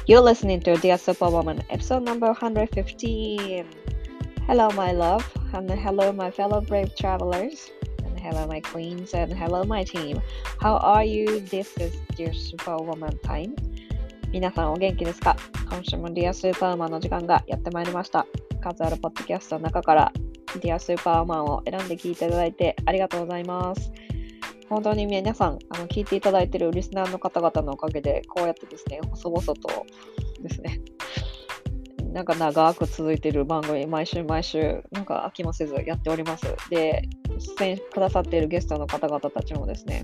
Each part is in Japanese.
You're listening to Dear Superwoman, episode number 115. Hello, my love, and hello, my fellow brave travelers, and hello, my queens, and hello, my team. How are you? This is Dear Superwoman time. 皆さんお元気ですか？今週も Dear Superwoman の時間がやってまいりました。数あるポッドキャストの中から Dear Superwoman を選んで聞いていただいてありがとうございます。本当に皆さん聞いていただいているリスナーの方々のおかげでこうやってですね細々とですねなんか長く続いている番組毎週なんか飽きもせずやっております。で出演くださっているゲストの方々たちもですね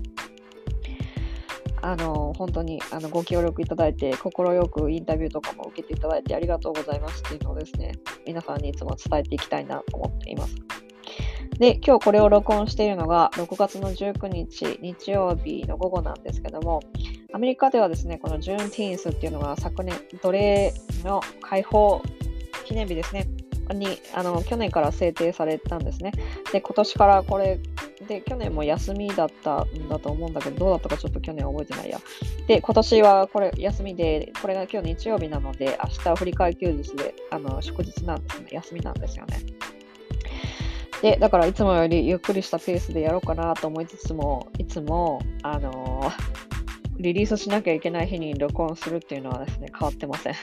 本当にご協力いただいて心よくインタビューとかも受けていただいてありがとうございますっていうのをですね皆さんにいつも伝えていきたいなと思っています。で、今日これを録音しているのが6月の19日日曜日の午後なんですけども、アメリカではですねこのジューンティーンスっていうのが昨年奴隷の解放記念日ですねに去年から制定されたんですね。で今年からこれで去年も休みだったんだと思うんだけどどうだったかちょっと去年は覚えてないや。で今年はこれ休みでこれが今日日曜日なので明日振り替え休日で祝日なんですね。休みなんですよね。でだからいつもよりゆっくりしたペースでやろうかなと思いつつもいつもリリースしなきゃいけない日に録音するっていうのはですね変わってません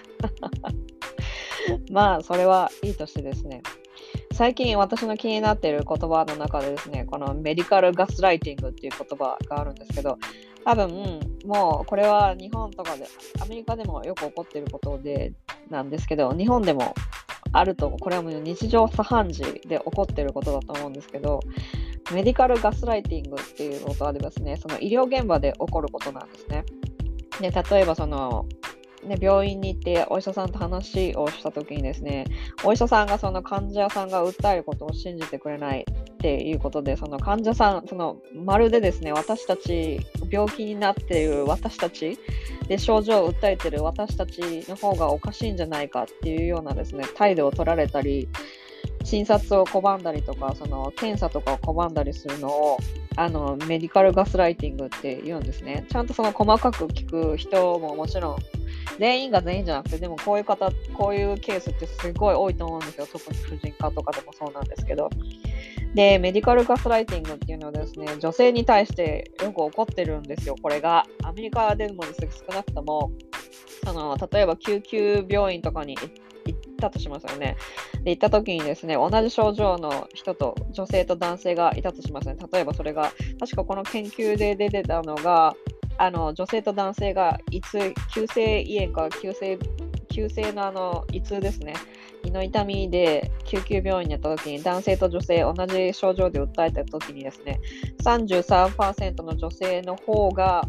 まあそれはいいとしてですね最近私の気になっている言葉の中でですねこのメディカルガスライティングっていう言葉があるんですけど多分もうこれは日本とかでアメリカでもよく起こっていることでなんですけど日本でもあるとこれはもう日常茶飯事で起こっていることだと思うんですけどメディカルガスライティングっていうことはですねその医療現場で起こることなんですね。で例えば病院に行ってお医者さんと話をしたときにですねお医者さんがその患者さんが訴えることを信じてくれないっていうことでその患者さんまるでですね私たち病気になっている私たちで症状を訴えている私たちの方がおかしいんじゃないかっていうようなですね態度を取られたり診察を拒んだりとか検査とかを拒んだりするのをメディカルガスライティングって言うんですね。ちゃんと細かく聞く人ももちろん全員が全員じゃなくてでもこういうケースってすごい多いと思うんですよ。特に婦人科とかでもそうなんですけどでメディカルガスライティングっていうのはですね女性に対してよく起こってるんですよ。これがアメリカでもですね少なくとも例えば救急病院とかに行ったとしますよね。で行った時にですね同じ症状の人と女性と男性がいたとしますね。例えばそれが確かこの研究で出てたのが女性と男性が急性胃炎か急性の胃痛ですね胃の痛みで救急病院に行った時に男性と女性同じ症状で訴えた時にですね 33% の女性の方が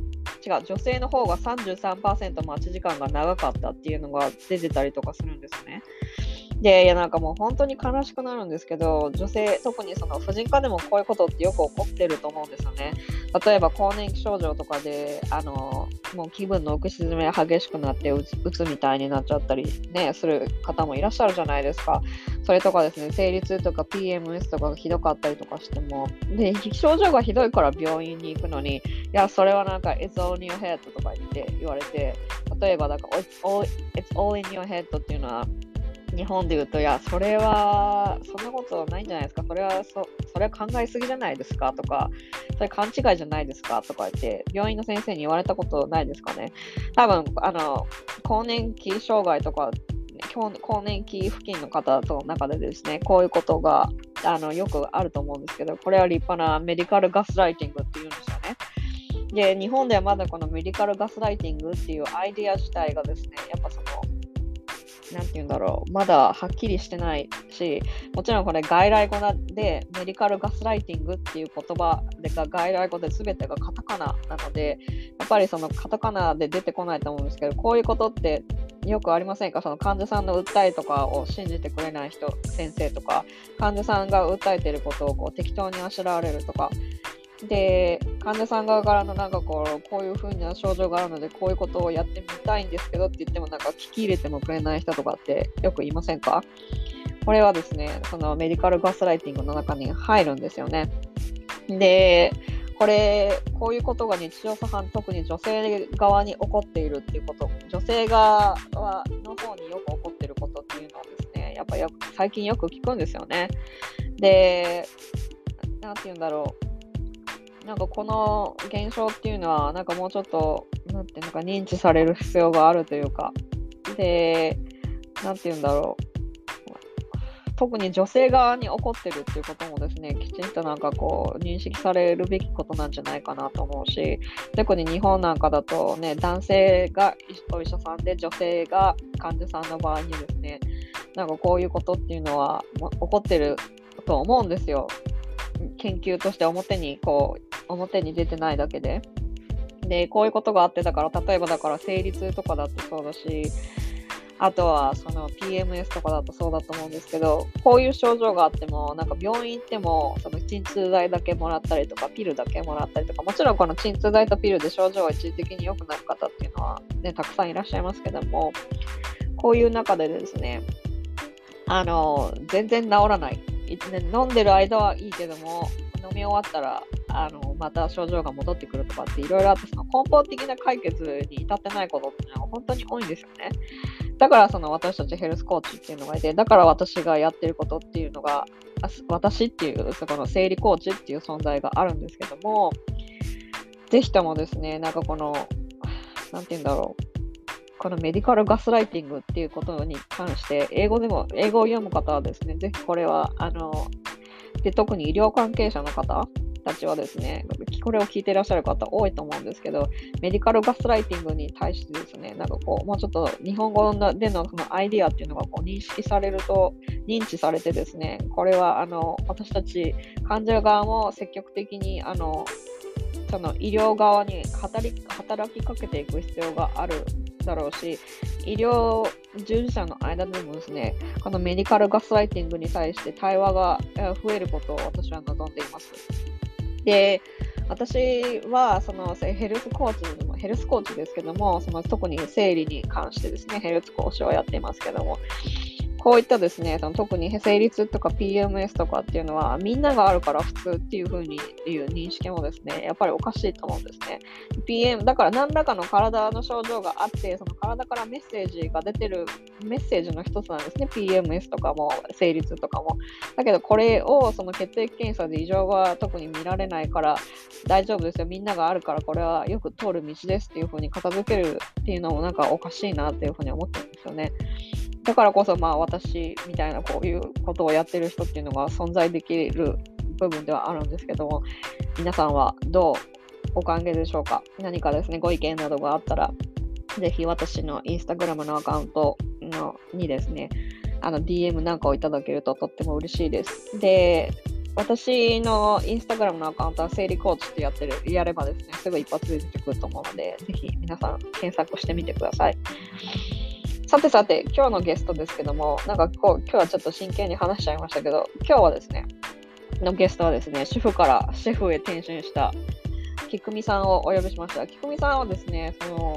33% 待ち時間が長かったっていうのが出てたりとかするんですね。でなんかもう本当に悲しくなるんですけど女性特に婦人科でもこういうことってよく起こってると思うんですよね。例えば更年期症状とかでもう気分の浮き沈みが激しくなってうつみたいになっちゃったりねする方もいらっしゃるじゃないですか。それとかですね生理痛とか PMS とかがひどかったりとかしてもで症状がひどいから病院に行くのにいやそれはなんか It's all in your head とか言われて例えばなんか It's all in your head っていうのは日本で言うといやそれはそんなことないんじゃないですかそれは考えすぎじゃないですかとかそれ勘違いじゃないですかとか言って病院の先生に言われたことないですかね。多分更年期障害とか更年期付近の方との中でですねこういうことがよくあると思うんですけどこれは立派なメディカルガスライティングっていうんですよね。で日本ではまだこのメディカルガスライティングっていうアイデア自体がですねやっぱなんて言うんだろうまだはっきりしてないしもちろんこれ外来語でメディカルガスライティングっていう言葉で外来語で全てがカタカナなのでやっぱりカタカナで出てこないと思うんですけどこういうことってよくありませんか。患者さんの訴えとかを信じてくれない先生とか患者さんが訴えていることを適当にあしらわれるとかで患者さん側からのなんかこういう風な症状があるのでこういうことをやってみたいんですけどって言ってもなんか聞き入れてもくれない人とかってよく言いませんか。これはですねメディカルガスライティングの中に入るんですよね。でこういうことが日常茶飯、特に女性側に起こっているっていうこと、女性側の方によく起こっていることっていうのをですね、やっぱ最近よく聞くんですよね。で、なんて言うんだろう。なんかこの現象っていうのは、なんかもうちょっと、なんていうのか、認知される必要があるというか、で、なんて言うんだろう。特に女性側に起こってるっていうこともですね、きちんとなんかこう認識されるべきことなんじゃないかなと思うし、特に日本なんかだとね、男性がお医者さんで女性が患者さんの場合にですね、なんかこういうことっていうのは起こってると思うんですよ。研究として表に出てないだけで。で、こういうことがあって、だから例えばだから生理痛とかだってそうだし、あとはその PMS とかだとそうだと思うんですけど、こういう症状があっても、なんか病院行ってもその鎮痛剤だけもらったりとか、ピルだけもらったりとか、もちろんこの鎮痛剤とピルで症状が一時的に良くなる方っていうのはね、たくさんいらっしゃいますけども、こういう中でですね、全然治らない。飲んでる間はいいけども、飲み終わったらまた症状が戻ってくるとかっていろいろあって、その根本的な解決に至ってないことっていうのは本当に多いんですよね。だから私たちヘルスコーチっていうのがいて、だから私がやってることっていうのが、私っていうそこの生理コーチっていう存在があるんですけども、ぜひともですね、なんかなんて言うんだろう、このメディカルガスライティングっていうことに関して、英語を読む方はですね、ぜひこれはで特に医療関係者の方たちはですね、これを聞いていらっしゃる方多いと思うんですけど、メディカルガスライティングに対してですね、なんかもうちょっと日本語でのそのアイディアっていうのが認識されると、認知されてですね、これは私たち患者側も積極的にその医療側に働きかけていく必要があるだろうし、医療従事者の間でもですね、このメディカルガスライティングに対して対話が増えることを私は望んでいます。で、私はそのヘルスコーチですけども、特に生理に関してですね、ヘルス講師をやっていますけども、こういったですね、特に生理痛とか PMS とかっていうのはみんながあるから普通っていう風にいう認識もですね、やっぱりおかしいと思うんですね。だから何らかの体の症状があって、その体からメッセージが出てるメッセージの一つなんですね。PMS とかも生理痛とかも。だけどこれをその血液検査で異常が特に見られないから大丈夫ですよ。みんながあるからこれはよく通る道ですっていう風に片付けるっていうのもなんかおかしいなっていう風に思ってるんですよね。だからこそ私みたいなこういうことをやってる人っていうのが存在できる部分ではあるんですけども、皆さんはどうお考えでしょうか。何かですね、ご意見などがあったら、ぜひ私のインスタグラムのアカウントにですね、DM なんかをいただけるととっても嬉しいです。で、私のインスタグラムのアカウントは生理コーチってやればですね、すぐ一発で出てくると思うので、ぜひ皆さん検索してみてください。さて、今日のゲストですけども、なんか今日はちょっと真剣に話しちゃいましたけど、今日はですね、ゲストはですね、主婦からシェフへ転身したきくみさんをお呼びしました。きくみさんはですね、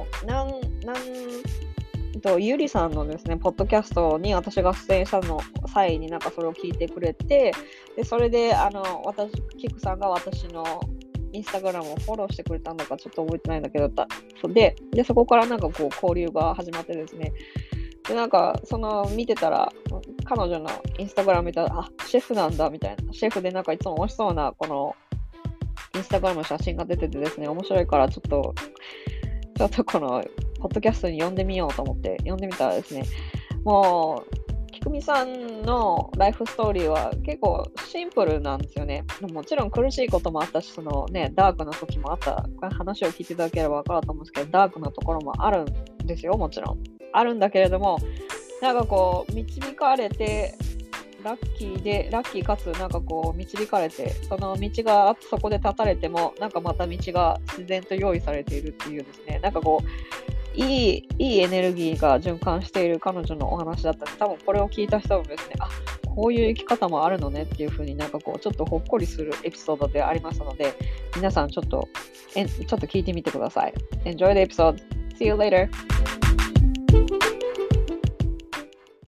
ゆりさんのですね、ポッドキャストに私が出演したの際になんかそれを聞いてくれて、で、それできくさんが私のインスタグラムをフォローしてくれたんだかちょっと覚えてないんだけど、でそこからなんか交流が始まってですね、でなんか見てたら彼女のインスタグラム見たらシェフなんだみたいな、シェフでなんかいつも美味しそうなこのインスタグラムの写真が出ててですね、面白いからちょっとこのポッドキャストに呼んでみようと思って呼んでみたらですね、もうきくみさんのライフストーリーは結構シンプルなんですよね。もちろん苦しいこともあったし、ダークな時もあった。話を聞いていただければ分かると思うんですけど、ダークなところもあるんですよ。もちろんあるんだけれども、なんか導かれてラッキーかつなんか導かれて、その道がそこで立たれてもなんかまた道が自然と用意されているっていうですね、なんかいいエネルギーが循環している彼女のお話だったので、多分これを聞いた人もですね、こういう生き方もあるのねっていう風になんかちょっとほっこりするエピソードでありますので、皆さんちょっと聞いてみてください。Enjoy the episode. See you later.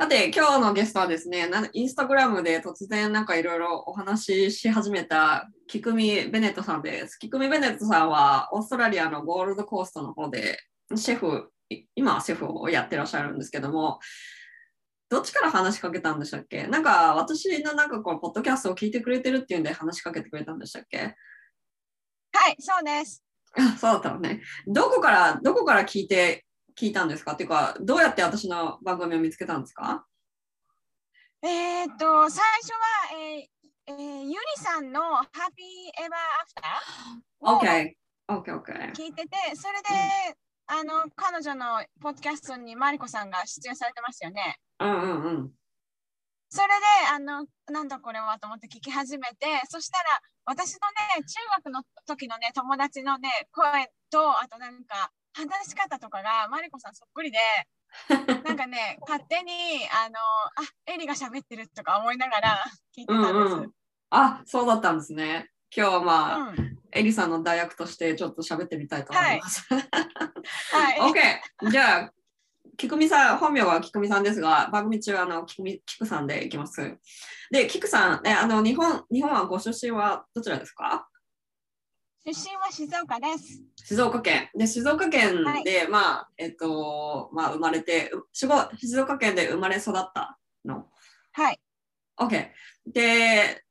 さて、今日のゲストはですね、インスタグラムで突然なんかいろいろお話しし始めたキクミ・ベネットさんです。キクミ・ベネットさんはオーストラリアのゴールドコーストの方で今はシェフをやってらっしゃるんですけども、どっちから話しかけたんでしたっけ？なんか私のなんかこう、ポッドキャストを聞いてくれてるっていうんで話しかけてくれたんでしたっけ？ はい、そうです。 あ、そうだったのね。どこから聞いたんですかっていうか、どうやって私の番組を見つけたんですか？ 最初は、ゆりさんのハッピーエバーアフターを ?OK、OK、OK。 聞いてて、それで、 うん彼女のポッドキャストにマリコさんが出演されてますよね。 うんうん。 それで、なんだこれはと思って聞き始めて、そしたら、私のね、中学の時のね、友達のね、声と、あとなんか、話し方とかが、マリコさんそっくりで、なんかね、勝手に、エリが喋ってるとか思いながら聞いてたんです。 あ、そうだったんですね。今日はまあ、 うん、 エリさんの代役としてちょっと喋ってみたいと思いはい、 ます。 はい。 OK。じゃあ、キクミさん、本名はキクミさんですが、番組中はキクさんでいきます。で、キクさん、日本はご出身はどちらですか？ 出身は静岡です。 静岡県。で、静岡はい、 県で、生まれて、静岡県で生まれ育ったの。 はい。 OK。で、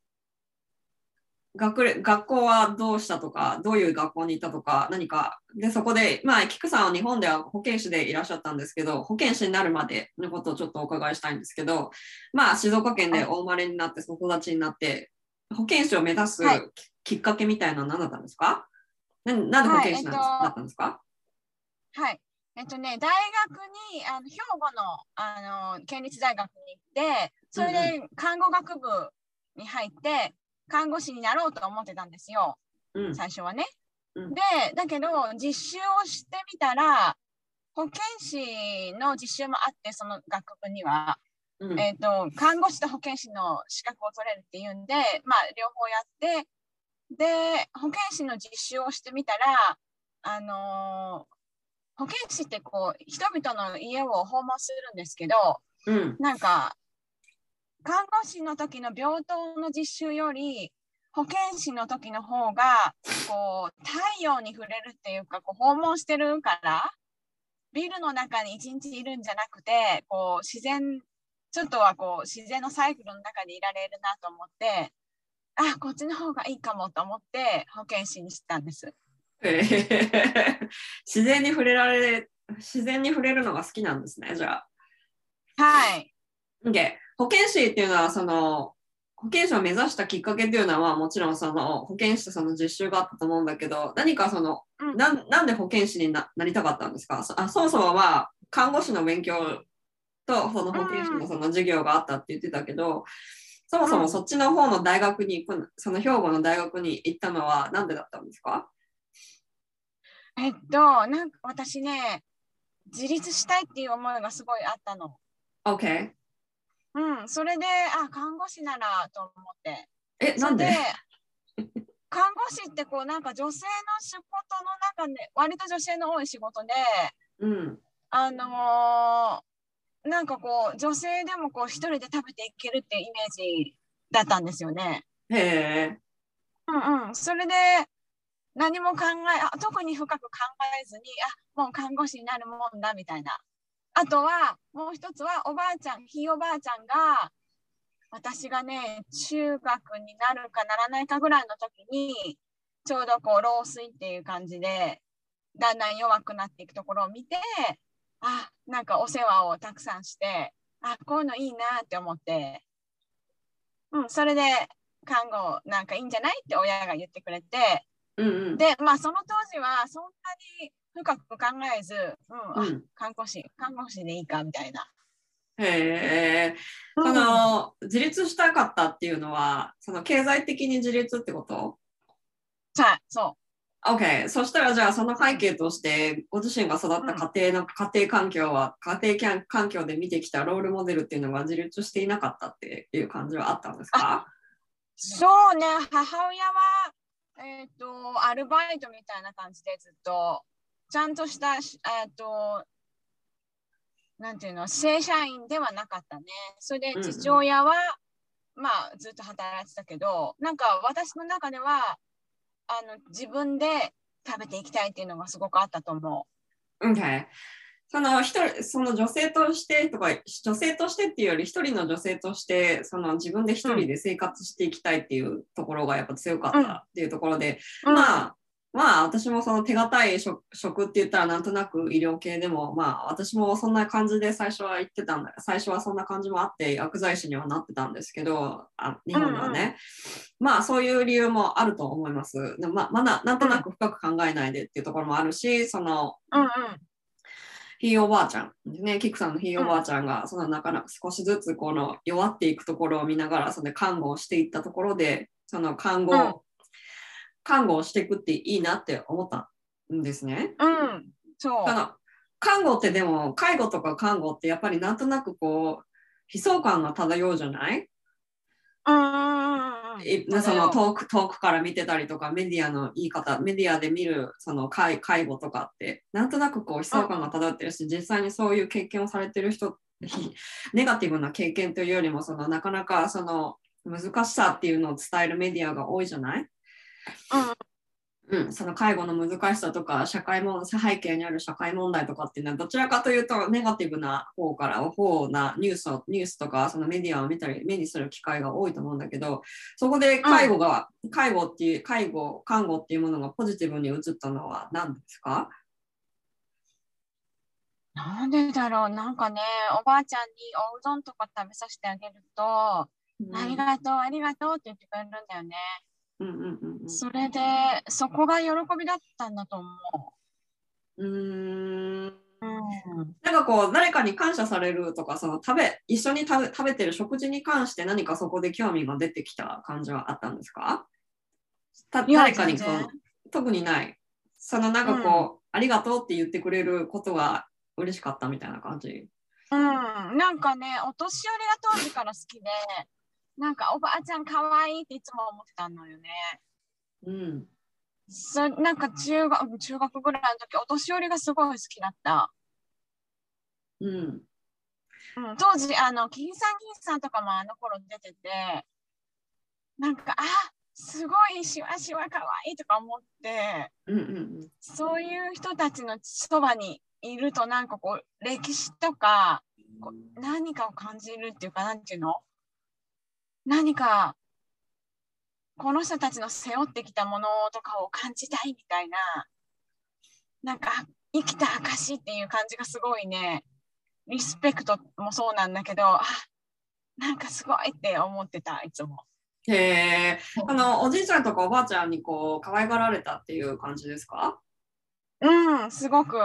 学校はどうしたとか、どういう学校に行ったとか、何か。で、そこで、まあ、キクさんは日本では保健師でいらっしゃったんですけど、保健師になるまでのことをちょっとお伺いしたいんですけど、まあ、静岡県ではい。 お生まれになって、そこ育ちになって、保健師を目指すはい。 きっかけみたいなのは何だったんですか？なんで保はい。 健師だったんですか？ はい。大学に、兵庫の、県立大学に行って、それうんうん。 で看護学部に入って、看護師になろうと思ってたんですよ。 うん最初はね。 うんで、だけど、実習をしてみたら、保健師の実習もあって、その学部には。 うん看護師と保健師の資格を取れるっていうんで、まあ、両方やって、で、保健師の実習をしてみたら、あのー保健師ってこう、人々の家を訪問するんですけど、 うんなんか、看護師の時の病棟の実習より、保健師の時の方が、こう、太陽に触れるっていうか、こう訪問してるから、ビルの中に一日いるんじゃなくて、こう、ちょっとはこう、自然のサイクルの中にいられるなと思って、あ、こっちの方がいいかもと思って、保健師にしたんです。 えー自然に触れられ、自然に触れるのが好きなんですね、じゃあ。 はい。 で、保健師っていうのは、保健師を目指したきっかけっていうのは、もちろん保健師とその実習があったと思うんだけど、何かうん。 なんで保健師になりたかったんですか？そもそもは、看護師の勉強と、そのう保健師のん。 その授業があったって言ってたけど、そもそもうん。 そっちの方の大学に行く、その兵庫の大学に行ったのはなんでだったんですか？ なんか私ね、自立したいっていう思いがすごいあったの。 OK。 うん。それで、看護師ならと思って。それで、 なんで？ 看護師ってこう、なんか女性の仕事の中で、割と女性の多い仕事で、 うん。 あのなんかこう、女性でもこう、一人で食べていけるっていうイメージだったんですよね。 へえ。 うんうん。それで、何も特に深く考えずに、もう看護師になるもんだみたいな。あとは、もう一つは、ひいおばあちゃんが、私がね、中学になるかならないかぐらいの時に、ちょうどこう、老衰っていう感じで、だんだん弱くなっていくところを見て、なんかお世話をたくさんして、こういうのいいなって思って、うん、それで看護なんかいいんじゃないって親が言ってくれて、 うんうん。 で、まあその当時はそんなに深く考えず、 うん。 看護師でいいかみたいな。 へえ。 うん。 自立したかったっていうのは、経済的に自立ってこと？ そ OK。そしたらじゃあそのう。うん。 背景として、ご自身が育ったうん。 家庭環境で見てきたロールモデルっていうのが自立していなかったっていう感じはあったんですあ、 か？ そうね。母親は、アルバイトみたいな感じでずっと、ちゃんとしたなんていうの、正社員ではなかったね。それでうんうん父親は、まあずっと働いてたけど、なんか私の中では自分で食べていきたいっていうのがすごくあったと思 OK。その一人、その女性としてとか、女性としてっていうより、一人の女性として、その自分で一人で生活していきたいっていうところがやっぱ強かったっていうところで、 う。うん、 まあ私もその手堅い職って言ったらなんとなく医療系でも、まあ私もそんな感じで最初は言ってたんだ。最初はそんな感じもあって薬剤師にはなってたんですけど、日本ではね。まあそういう理由もあると思います。まだなんとなく深く考えないでっていうところもあるし、その、 うんうんひいおばあちゃんね、キクさんのひいおばあちゃんが、そのなかなか少しずつこの弱っていくところを見ながら、その看護をしていったところで、その看護をしていくっていいなって思ったんですね。 そう。 その看護ってでも、介護とか看護ってやっぱりなんとなくこう、悲壮感が漂うじゃない？その遠くから見てたりとか、メディアの言い方、メディアで見るその介護とかって、なんとなくこう悲壮感が漂ってるし、実際にそういう経験をされてる人、ネガティブな経験というよりも、そのなかなかその難しさっていうのを伝えるメディアが多いじゃない？その介護の難しさとか背景にある社会問題とかっていうのはどちらかというとネガティブな方なニュースとかそのメディアを見たり目にする機会が多いと思うんだけど、そこで看護っていうものがポジティブに移ったのは何ですか？ なんでだろう、なんかね、おばあちゃんにおうどんとか食べさせてあげると、ありがとう、ありがとうって言ってくれるんだよね。それで、そこが喜びだったんだと思う。 なんかこう誰かに感謝されるとか、その一緒に食べてる食事に関して何かそこで興味が出てきた感じはあったんですか？誰かに特にない。そのなんかこう、ありがとうって言ってくれることが嬉しかったみたいな感じ。 なんかね、お年寄りが当時から好きで、なんかおばあちゃんかわいいっていつも思ってたのよね。なんか中学ぐらいの時、お年寄りがすごい好きだった。当時、金さんとかもあの頃出てて、なんか、すごいしわしわかわいいとか思って、そういう人たちのそばにいると、なんかこう、歴史とか、何かを感じるっていうか、なんていうの？何か、この人たちの背負ってきたものとかを感じたいみたいな、なんか、生きた証っていう感じがすごいね、リスペクトもそうなんだけど、なんかすごいって思ってた、いつも。 へえ、おじいちゃんとかおばあちゃんにこう可愛がられたっていう感じですか？ すごく。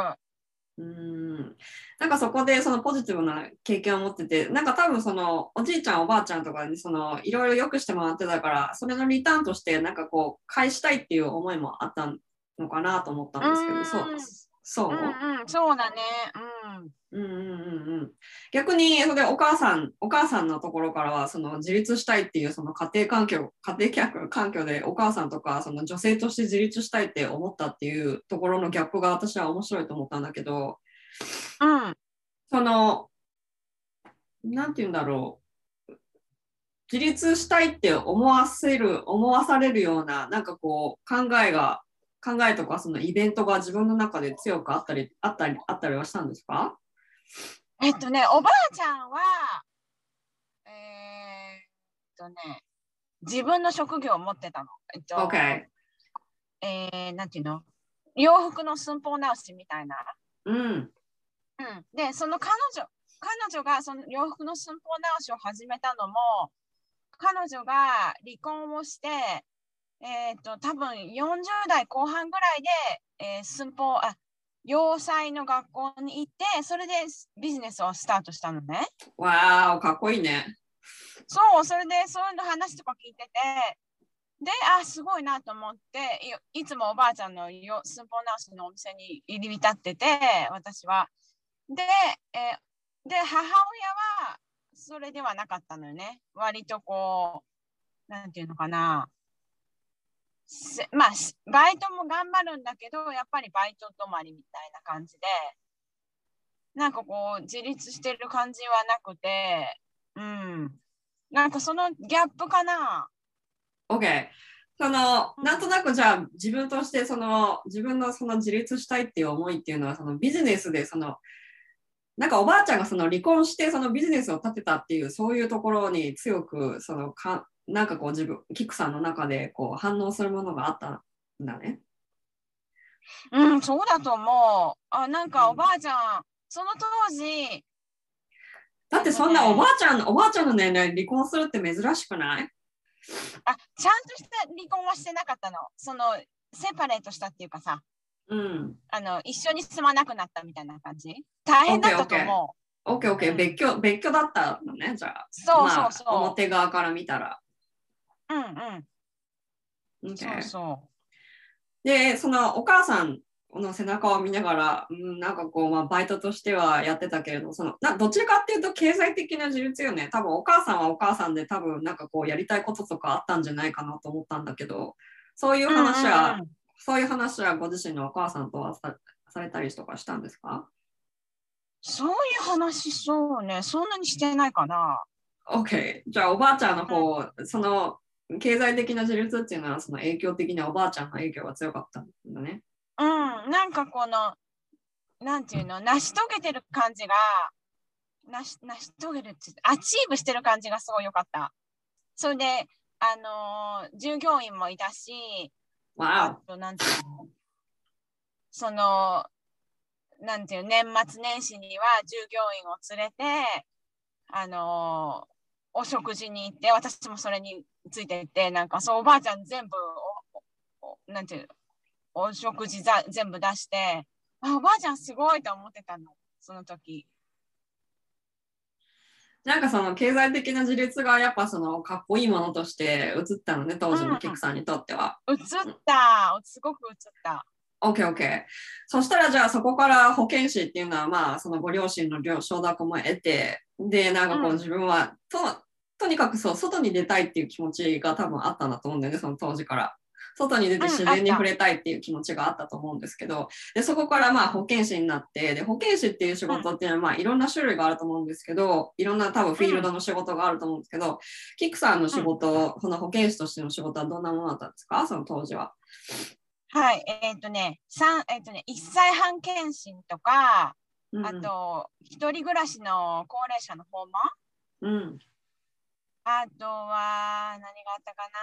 なんかそこでそのポジティブな経験を持ってて、なんか多分そのおじいちゃんおばあちゃんとかにそのいろいろ良くしてもらってたから、それのリターンとしてなんかこう返したいっていう思いもあったのかなと思ったんですけど、そうだね。 逆にそれでお母さんのところからはその自立したいっていうその家庭環境でお母さんとかその女性として自立したいって思ったっていうところのギャップが私は面白いと思ったんだけど、そのなんて言うんだろう、自立したいって思わされるようななんかこう考えとかそのイベントが自分の中で強くあったりはしたんですか？ おばあちゃんは、自分の職業を持ってたの。なんていうの？洋服の寸法直しみたいな。で、その彼女がその洋服の寸法直しを始めたのも、彼女が離婚をして、多分40代後半ぐらいで、洋裁の学校に行って、それでビジネスをスタートしたのね。 わー、かっこいいね。 そう、それでそういうの話とか聞いてて、で、すごいなと思って、いつもおばあちゃんの寸法直しのお店に入り浸ってて、私は。で、母親はそれではなかったのよね。割とこう、なんていうのかな。バイトも頑張るんだけど、やっぱりバイト止まりみたいな感じで。 なんかこう自立してる感じはなくて、うん。なんかそのギャップかな。 OK。なんとなくじゃあ自分として自分の自立したいっていう思いっていうのはビジネスでなんかおばあちゃんが離婚してビジネスを立てたっていうそういうところに強くなんかこうキクさんの中でこう反応するものがあったんだね。 うん、そうだと思う。あ、なんかおばあちゃん、その当時、 だってそんなおばあちゃんの年齢離婚するって珍しくない？ あ、ちゃんとした離婚はしてなかったの。セパレートしたっていうかさ、 うん。 一緒に住まなくなったみたいな感じ。大変だったと思う。OK。別居だったのね、じゃあ。 そうそうそう。 表側から見たら。 うん。そうそう。 で、お母さんの背中を見ながら、なんかこう、バイトとしてはやってたけれど、どちらかっていうと経済的な自立よね。多分お母さんはお母さんで多分なんかこうやりたいこととかあったんじゃないかなと思ったんだけど、そういう話はご自身のお母さんとはされたりとかしたんですか？ そういう話、そうね、そんなにしてないかな。 OK。じゃあおばあちゃんの方、経済的な自立っていうのは影響的なおばあちゃんの影響が強かったんだね。 うん、なんかなんていうの、成し遂げてる感じが、成し遂げるってアチーブしてる感じがすごい良かった。それで、従業員もいたし、あと、なんていうの、なんていう、年末年始には従業員を連れて、お食事に行って、私もそれについていって、なんかそう、おばあちゃん全部なんていう、お食事全部出して、おばあちゃんすごいと思ってたの、その時。 なんか経済的な自立がやっぱかっこいいものとして映ったのね、当時のキクさんにとっては。 映った、すごく映った。 OK。そしたらじゃあそこから保健師っていうのはご両親の承諾も得て、で、なんかこう自分はとにかく外に出たいっていう気持ちが多分あったんだと思うんだよね、その当時から。外に出て自然に触れたいっていう気持ちがあったと思うんですけど、でそこから保健師になって、で保健師っていう仕事っていうのはいろんな種類があると思うんですけど、いろんな多分フィールドの仕事があると思うんですけど、キクさんの仕事、この保健師としての仕事はどんなものだったんですか、その当時は。 はい、1歳半検診とか、あと、一人暮らしの高齢者の訪問、あとは、何があったか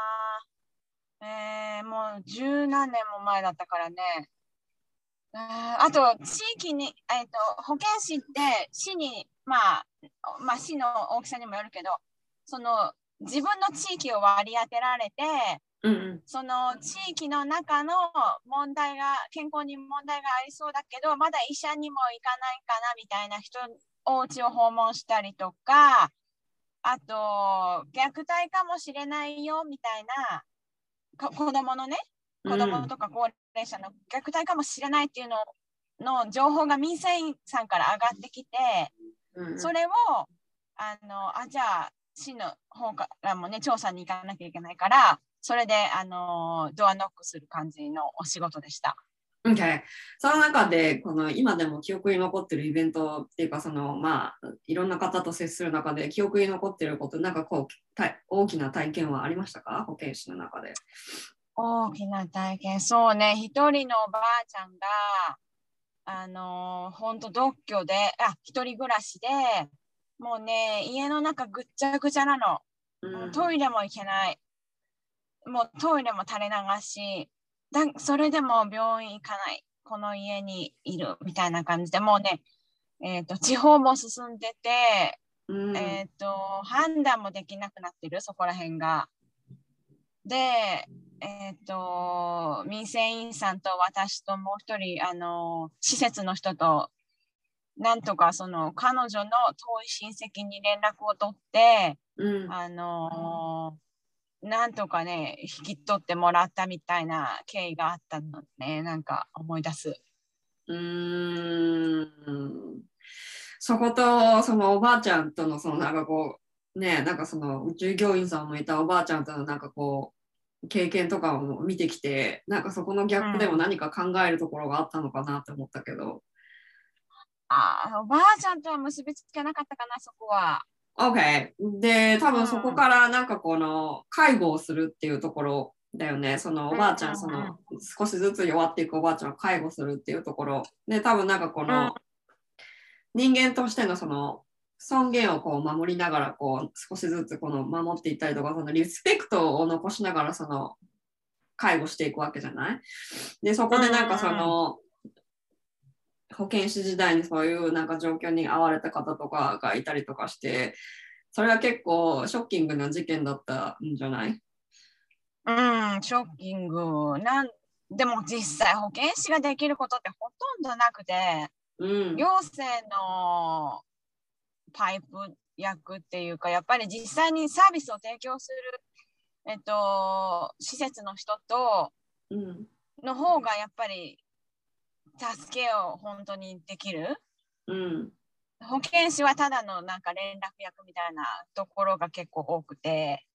な、もう十何年も前だったからね。あと、地域に、保健師って市に、市の大きさにもよるけど、自分の地域を割り当てられて、その地域の中の健康に問題がありそうだけど、まだ医者にも行かないかなみたいなお家を訪問したりとか、あと、虐待かもしれないよみたいな、子供とか高齢者の虐待かもしれないっていうの情報が民生委員さんから上がってきて、それをじゃあ市の方からもね調査に行かなきゃいけないから、それでドアノックする感じのお仕事でした。 Okay。その中で今でも記憶に残ってるイベントっていうかいろんな方と接する中で記憶に残ってること、なんかこう大きな体験はありましたか、保健師の中で。 大きな体験、そうね、一人のおばあちゃんが本当独居で一人暮らしで、もうね家の中ぐっちゃぐちゃなの、トイレも行けない、もうトイレも垂れ流しそれでも病院行かない、この家にいるみたいな感じで、もうね、地方も進んでて、判断もできなくなってる、そこら辺が。で、民生委員さんと私ともう一人施設の人となんとか彼女の遠い親戚に連絡を取って、なんとかね引き取ってもらったみたいな経緯があったのね、なんか思い出す。 そことおばあちゃんとのなんかこうね、なんか従業員さんもいたおばあちゃんとのなんかこう経験とかを見てきて、なんかそこのギャップでも何か考えるところがあったのかなって思ったけど。 おばあちゃんとは結びつけなかったかな、そこは。 OK。で、多分そこからなんかこの介護をするっていうところだよね。そのおばあちゃん、その少しずつ弱っていくおばあちゃんを介護するっていうところ。で、多分なんかこの人間としてのその尊厳をこう守りながらこう少しずつこの守っていったりとか、そのリスペクトを残しながらその介護していくわけじゃない。で、そこでなんかその保健師時代にそういうなんか状況に遭われた方とかがいたりとかして、それは結構ショッキングな事件だったんじゃない？ ショッキング。でも実際保健師ができることってほとんどなくて、行政のパイプ役っていうか、やっぱり実際にサービスを提供する、施設の人との方がやっぱり助けを本当にできる。保健師はただのなんか連絡役みたいなところが結構多くて。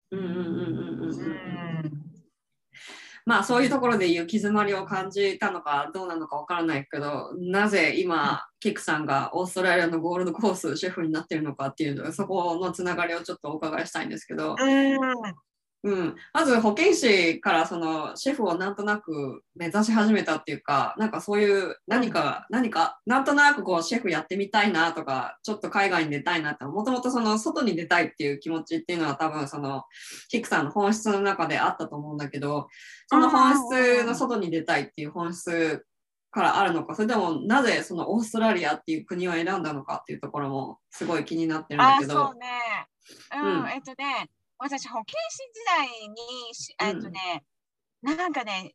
まあそういうところでいう行き詰まりを感じたのかどうなのかわからないけど、なぜ今キクさんがオーストラリアのゴールドコースシェフになっているのかっていうの、そこのつながりをちょっとお伺いしたいんですけど、まず保健師からそのシェフをなんとなく目指し始めたっていうか、なんかそういう何かなんとなくこうシェフやってみたいなとか、ちょっと海外に出たいなって、もともとその外に出たいっていう気持ちっていうのは多分そのキクさんの本質の中であったと思うんだけど、その本質の外に出たいっていう本質からあるのか、それでもなぜそのオーストラリアっていう国を選んだのかっていうところもすごい気になってるんだけど。 そうね。私、保健師時代に、なんかね、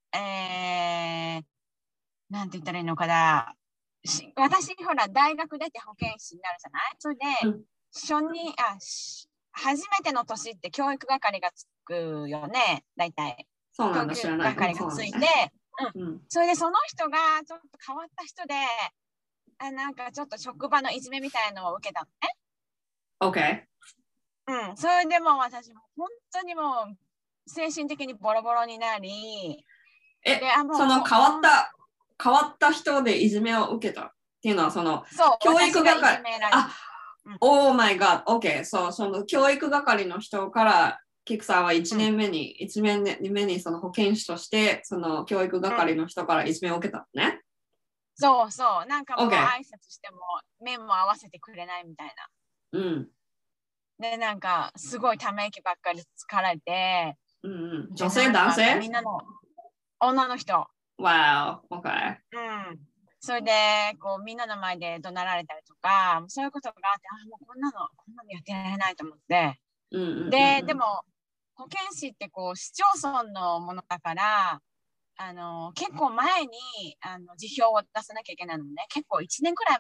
なんて言ったらいいのかな。私、ほら、大学出て保健師になるじゃない？それで、初めての年って教育係がつくよね、大体。 そうなんだ、知らない。 教育係がついて、それでその人がちょっと変わった人で、なんかちょっと職場のいじめみたいのを受けたのね。 OK。 それでも私も本当にもう精神的にボロボロになり、 その変わった人でいじめを受けたっていうのはその教育係、Oh my God、OK、その教育係の人からキクさんは1年目にその保健師としてその教育係の人からいじめを受けたのね。 そう、なんかもう挨拶しても目も合わせてくれないみたいな。で、なんかすごいため息ばっかりつかれて、 女性男性？ みんなの女の人。 Wow、OK。 それでこうみんなの前で怒鳴られたりとか、そういうことがあって、もうこんなのやってられないと思って。でも保健師ってこう市町村のものだから、結構前に辞表を出さなきゃいけないのね。結構1年くらい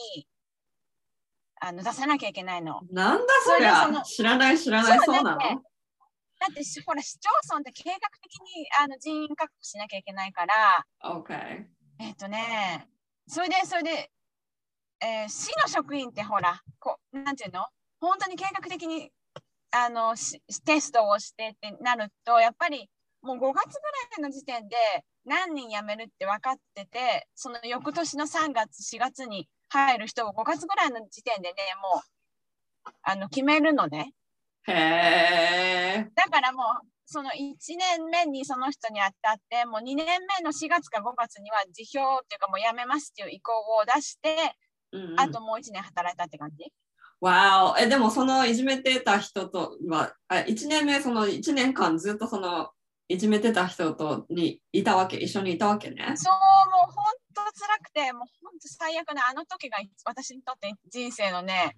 前に出さなきゃいけないの。 なんだそりゃ。知らない。そうなの？ だってほら市町村って計画的に人員確保しなきゃいけないから。 OK。 それで、市の職員ってほらなんていうの？本当に計画的にテストをしてってなると、やっぱりもう5月ぐらいの時点で何人辞めるって分かってて、その翌年の3月4月に入る人を5月ぐらいの時点でね、もう決めるのね。だからもうその1年目にその人に当たって、もう2年目の4月か5月には辞表っていうかもう辞めますっていう意向を出して、あともう1年働いたって感じ。 わお。でもそのいじめてた人とは1年目、その1年間ずっとそのいじめてた人とにいたわけ、一緒にいたわけね。 そう、もう本当辛くて、もう本当最悪な時が私にとって人生のね、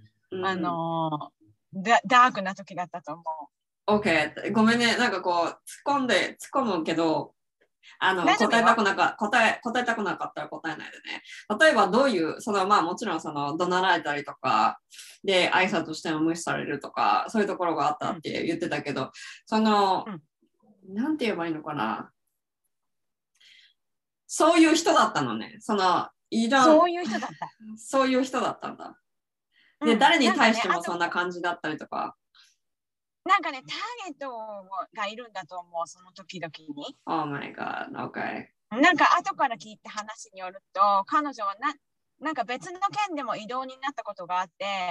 ダークな時だったと思う。OK、ごめんね、なんかこう突っ込むけど、答えたくなかったら答えないでね。例えばどういう、もちろん怒鳴られたりとか、で、挨拶しても無視されるとか、そういうところがあったって言ってたけど、なんて言えばいいのかな。そういう人だったのね。 そういう人だった。 そういう人だったんだ。で、誰に対してもそんな感じだったりとか。 なんかね、ターゲットがいるんだと思う、その時々に。 Oh my God, OK。 なんか後から聞いた話によると、彼女はなんか別の県でも異動になったことがあって、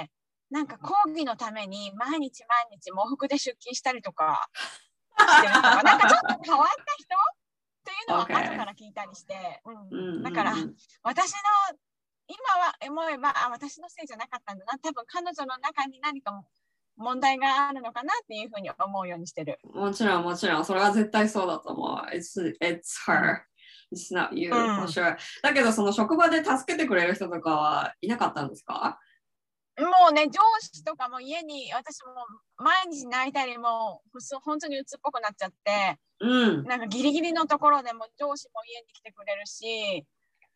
なんか講義のために毎日喪服で出勤したりとかしてる人が、なんかちょっと変わった人っていうのは Okay. 後から聞いたりして、 うんだから私の今は思えば私のせいじゃなかったんだな、多分彼女の中に何か問題があるのかなっていうふうに思うようにしてる。 もちろんもちろん、それは絶対そうだと思う。It's her.It's not you, for sure. だけど、その職場で助けてくれる人とかはいなかったんですか？ もうね、上司とかも家に、私も毎日泣いたり、もう本当に鬱っぽくなっちゃって、なんかギリギリのところでも上司も家に来てくれるし、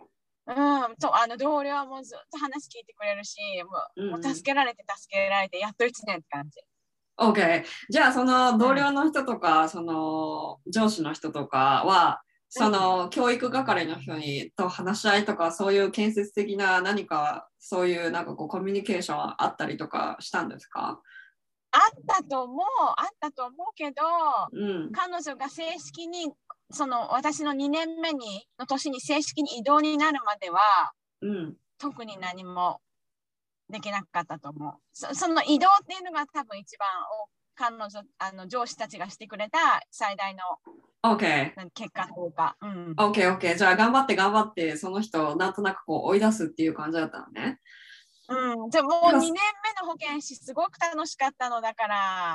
同僚もずっと話聞いてくれるし、もう助けられてやっと1年って感じ。 OK。じゃあ、その同僚の人とか、その上司の人とかは、その教育係の人にと話し合いとか、そういう建設的な何か、そういうなんかこうコミュニケーションあったりとかしたんですか？ あったと思うけど、彼女が正式にその私の2年目の年に正式に異動になるまでは、特に何もできなかったと思う。その移動っていうのが多分一番彼女上司たちがしてくれた最大の結果というか。 OK。じゃあ頑張ってその人をなんとなくこう追い出すっていう感じだったのね。 じゃあもう2年目の保健師すごく楽しかったのだから。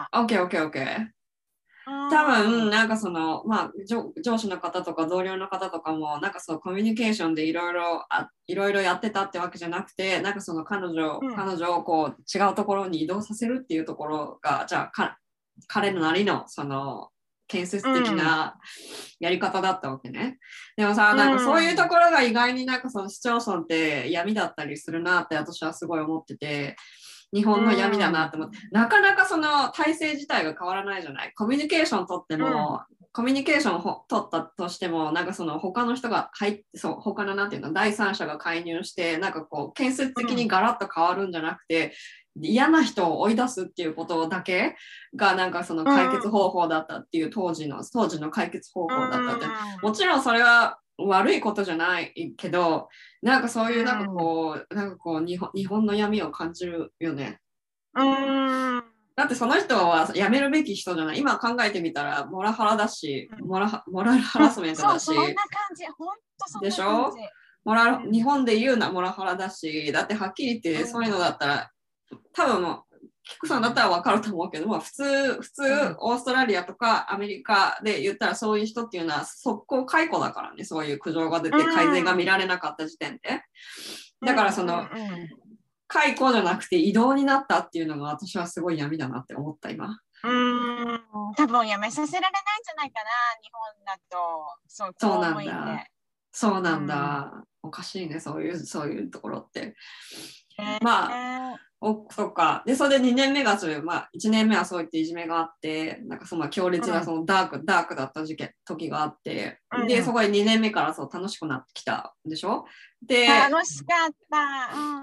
OK。多分なんかそのまあ上司の方とか同僚の方とかもなんかそのコミュニケーションでいろいろやってたってわけじゃなくて、なんかその彼女をこう違うところに移動させるっていうところがじゃあ彼のなりのその建設的なやり方だったわけね。でもさ、なんかそういうところが意外になんかその市町村って闇だったりするなって私はすごい思ってて、日本の闇だなって思って、なかなかその体制自体が変わらないじゃない。コミュニケーション取っても、コミュニケーションを取ったとしても、なんかその他の人が他のなんていうの、第三者が介入して、なんかこう建設的にガラッと変わるんじゃなくて、嫌な人を追い出すっていうことだけがなんかその解決方法だったっていう当時の解決方法だったって、もちろんそれは悪いことじゃないけど、なんかそういうなんかこう日本の闇を感じるよね。だってその人は辞めるべき人じゃない。今考えてみたらモラハラだし、モラハラスメントだし。 そんな感じ、本当そんな感じ。 でしょ？日本で言うなモラハラだし、だってはっきり言ってそういうのだったら、多分もうキクさんだったら分かると思うけども、普通オーストラリアとかアメリカで言ったらそういう人っていうのは速攻解雇だからね。そういう苦情が出て改善が見られなかった時点で。だからその解雇じゃなくて異動になったっていうのが私はすごい闇だなって思った今。 多分やめさせられないんじゃないかな、日本だと。 そうなんだ。おかしいね、そういうところって。まあ、そっか。で、それで2年目がまあ、1年目はそういっていじめがあって、なんかその強烈なそのダークだった時があって、で、そこで2年目から楽しくなってきたでしょ？で、 楽しかった。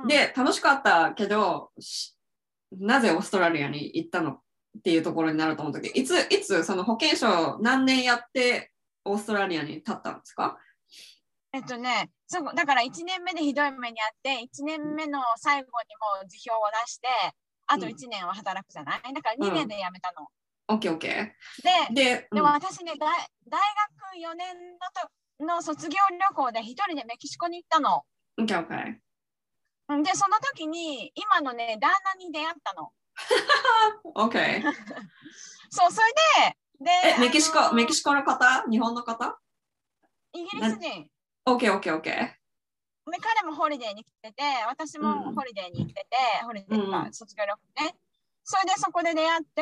で、楽しかったけど、なぜオーストラリアに行ったのっていうところになると思うんだけど、いつその保健所何年やってオーストラリアに立ったんですか？ だから1年目でひどい目にあって、1年目の最後にも辞表を出して、あと1年は働くじゃない？だから2年で辞めたの。 OK。 でも私ね、大学4年の卒業旅行で一人でメキシコに行ったの。 OK。 で、その時に今のね、旦那に出会ったの。 OK。 そう、それで、 メキシコの方？日本の方？ イギリス人。 OK。 で、彼もホリデーに来てて、私もホリデーに行ってて、ホリデーか卒業旅行ね。それでそこで出会って、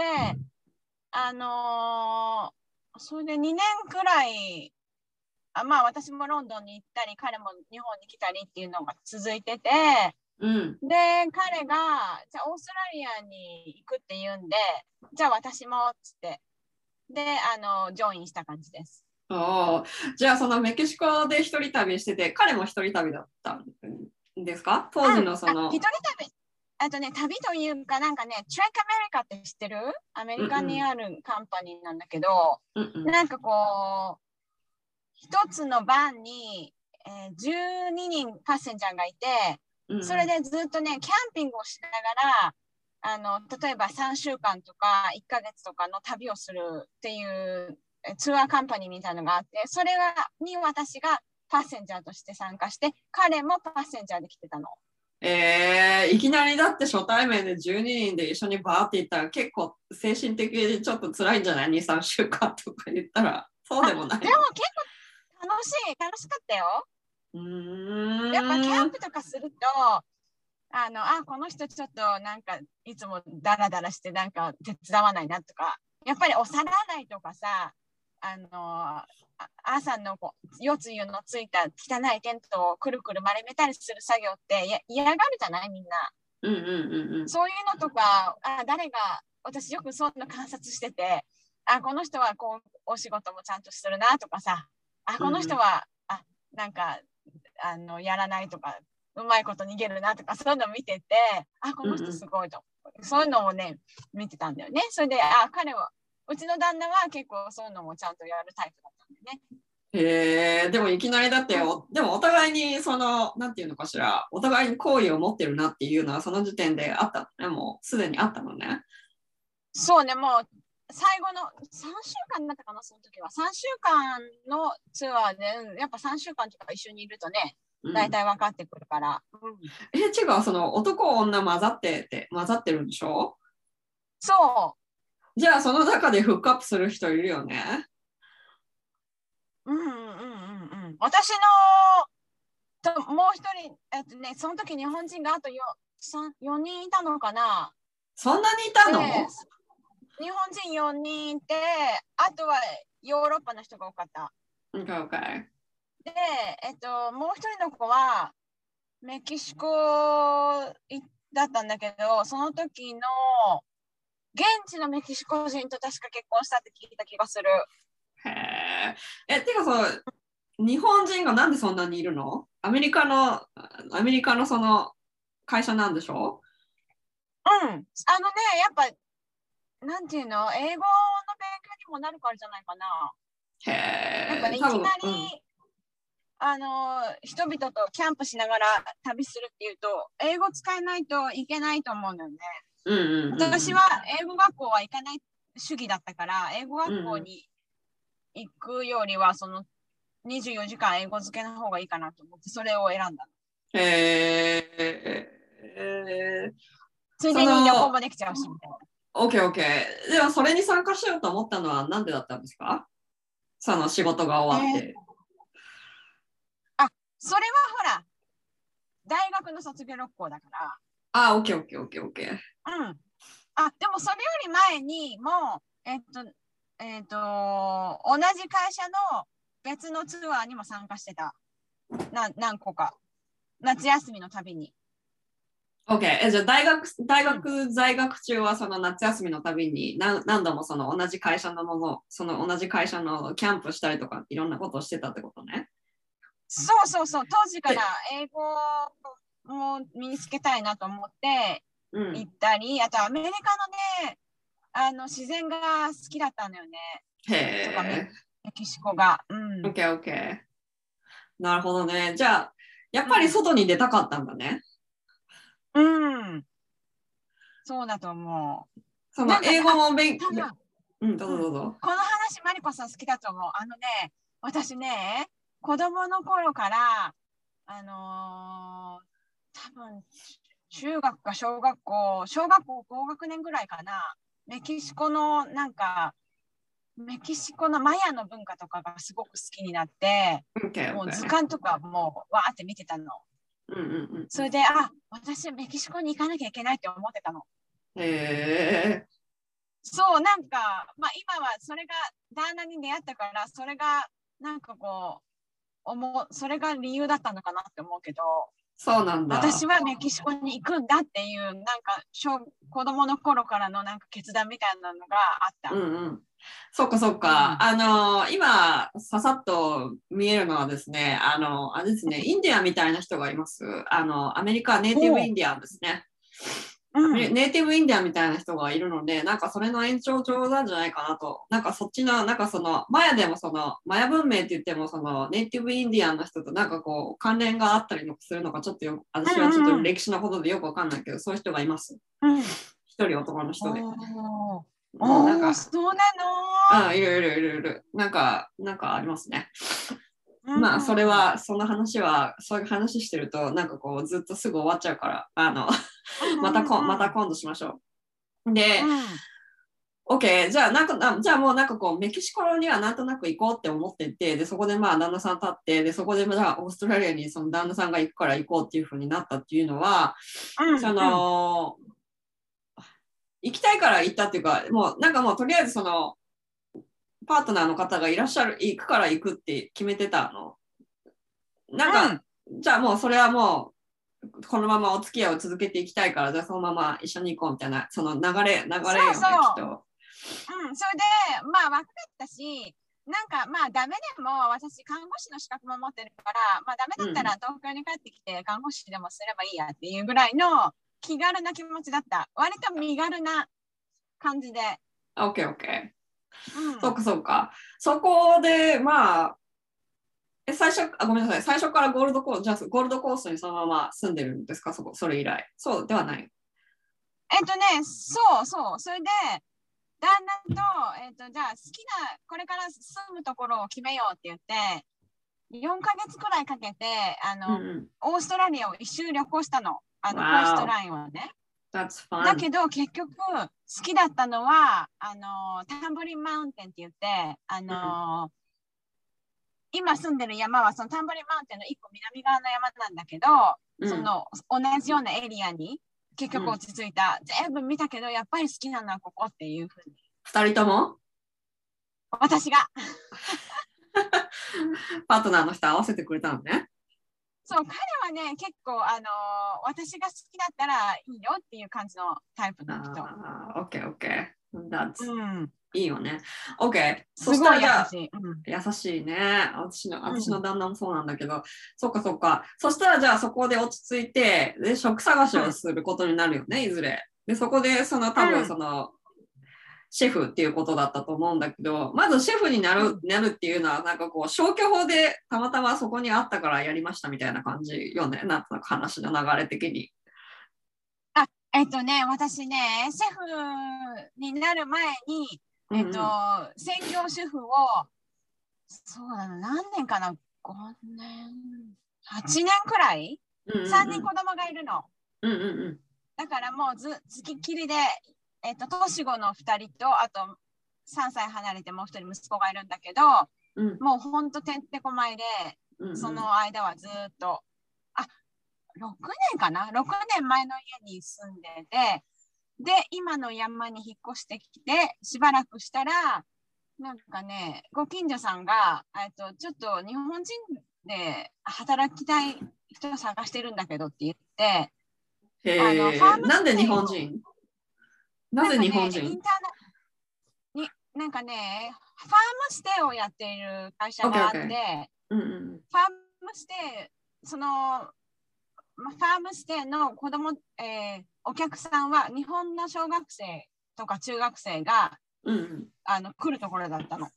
それで2年くらい、まあ私もロンドンに行ったり、彼も日本に来たりっていうのが続いてて、で、彼が、じゃあオーストラリアに行くって言うんで、じゃあ私もっつって、で、ジョインした感じです。 じゃあそのメキシコで一人旅してて、彼も一人旅だったんですか？当時のその。 一人旅、旅というかなんかね、トラックアメリカって知ってる？アメリカにあるカンパニーなんだけど、なんかこう、一つのバンに、12人パッセンジャーがいて、 それでずっとね、キャンピングをしながら、例えば3週間とか1ヶ月とかの旅をするっていうツアーカンパニーみたいなのがあって、それに私がパッセンジャーとして参加して、彼もパッセンジャーで来てたの。 いきなりだって初対面で12人で一緒にバーって言ったら結構精神的にちょっと辛いんじゃない ?2、3週間とか言ったらそうでもない。 でも結構楽しかったよ。やっぱキャンプとかすると、この人ちょっとなんかいつもダラダラしてなんか手伝わないなとか、やっぱりお皿洗いとかさ、朝の夜露のついた汚いテントをくるくる丸めたりする作業って嫌がるじゃないみんな。そういうのとか、私よくそういうの観察してて、この人はこうお仕事もちゃんとするなとかさ、この人は、なんかやらないとか、うまいこと逃げるなとか、そういうのを見てて、この人すごいと、そういうのをね、見てたんだよね。それで、彼は、うちの旦那は結構そういうのもちゃんとやるタイプだったんだよね。 でもいきなりだってでもお互いになんていうのかしら、お互いに好意を持ってるなっていうのはその時点であったのね、もうすでにあったのね。 そうね、もう最後の3週間だったかな、その時は。3週間のツアーで、やっぱ3週間とか一緒にいるとね、大体分かってくるから。 違う、その男女混ざってるんでしょ？ そう。 じゃあその中でフックアップする人いるよね。 私のもう一人、その時日本人があと4人いたのかな。 そんなにいたの？ 日本人4人いて、あとはヨーロッパの人が多かった。 Okay. で、もう一人の子はメキシコだったんだけど、その時の現地のメキシコ人と確か結婚したって聞いた気がする。 てか日本人がなんでそんなにいるの？アメリカのその会社なんでしょ？ やっぱなんていうの、英語の勉強にもなるからじゃないかな。やっぱいきなり、人々とキャンプしながら旅するっていうと、英語使えないといけないと思うんだよね。私は英語学校は行かない主義だったから、英語学校に行くよりは、その24時間英語漬けの方がいいかなと思って、それを選んだ。ついでに旅行もできちゃうしみたいな。 OK。でもそれに参加しようと思ったのは何でだったんですか？その仕事が終わって。 それはほら、大学の卒業旅行だから。 OK。 でもそれより前にもう、同じ会社の別のツアーにも参加してた。何個か。夏休みの旅に。 OK。じゃあ大学在学中はその夏休みの旅に何度もその同じ会社の同じ会社のキャンプしたりとかいろんなことをしてたってことね。 そう。当時から英語も身につけたいなと思って行ったり、あとアメリカのね、自然が好きだったんだよね。とかメキシコが。 OK。なるほどね。じゃあ、やっぱり外に出たかったんだね。 そうだと思う。 その英語も勉強。どうぞ。 この話、マリコさん好きだと思う。私ね、子供の頃から、多分中学か小学校高学年ぐらいかな、メキシコのマヤの文化とかがすごく好きになって、もう図鑑とかもうわーって見てたの。それで、私メキシコに行かなきゃいけないって思ってたの。そう、なんか、今はそれが旦那に出会ったから、それがなんかそれが理由だったのかなって思うけど、 そうなんだ。 私はメキシコに行くんだっていう、なんか子供の頃からのなんか決断みたいなのがあった。 そっか。今、ささっと見えるのはですね、あれですね、インディアンみたいな人がいます。アメリカネイティブインディアンですね。 ネイティブインディアンみたいな人がいるので、なんかそれの延長上なんじゃないかなと。なんかそっちの、なんかその、マヤでもその、マヤ文明って言っても、その、ネイティブインディアンの人となんかこう、関連があったりするのか、ちょっと私はちょっと歴史のことでよくわかんないけど、そういう人がいます。一人男の人で。 なんかそうなの。 いる。なんかありますね。まあ、それは、その話は、そういう話してると、なんかこう、ずっとすぐ終わっちゃうから、また今度しましょう。で、OK、じゃあもうなんかこう、メキシコにはなんとなく行こうって思ってて、で、そこでまあ、旦那さん立って、で、そこでじゃあ、オーストラリアにその旦那さんが行くから行こうっていうふうになったっていうのは、その、行きたいから行ったっていうか、もうなんかもうとりあえずその、パートナーの方がいらっしゃる、行くから行くって決めてたの。なんか、じゃあもうそれはもう、このままお付き合いを続けていきたいから、じゃあそのまま一緒に行こうみたいな、その流れよね、きっと。 それで、まあ分かったし、なんかまあダメでも私看護師の資格も持ってるから、まあダメだったら東京に帰ってきて看護師でもすればいいやっていうぐらいの気軽な気持ちだった。割と身軽な感じで。 OK。そうか。そこで、まあ、ごめんなさい。最初からゴールドコーストにそのまま住んでるんですか、それ以来。そうではない。 そう。それで、旦那と、じゃあ好きな、これから住むところを決めようって言って、4ヶ月くらいかけて、オーストラリアを一周旅行したの。コーストラインをね。だけど結局好きだったのはタンブリンマウンテンって言って今住んでる山はそのタンブリンマウンテンの一個南側の山なんだけど、その同じようなエリアに結局落ち着いた、全部見たけどやっぱり好きなのはここっていうふうに。 2人とも私がパートナーの人合わせてくれたのね。 そう、彼はね、結構、私が好きだったらいいよっていう感じのタイプの人。 OK。いいよね。OK。 そしたらじゃあ、 優しいね。私の旦那もそうなんだけど、そっか。そしたらじゃあそこで落ち着いて、で、職探しをすることになるよね、いずれ。で、そこで、多分シェフっていうことだったと思うんだけど、まずシェフになるっていうのは、なんかこう、消去法でたまたまそこにあったからやりましたみたいな感じよね。なんとなく話の流れ的に。 私ね、シェフになる前に、専業主婦を、そうだな、何年かな、5年、8年くらい、3人子供がいるの。だからもう月きりで、年子の2人と、あと3歳離れてもう1人息子がいるんだけど、もうほんとてんてこまいで、その間はずっと、6年かな ?6 年前の家に住んでて、で、今の山に引っ越してきて、しばらくしたら、なんかね、ご近所さんが、ちょっと日本人で働きたい人を探してるんだけどって言って、 なんで日本人なんかね、ファームステイをやっている会社があって、ファームステイ、ファームステイのお客さんは日本の小学生とか中学生が、来るところだったの。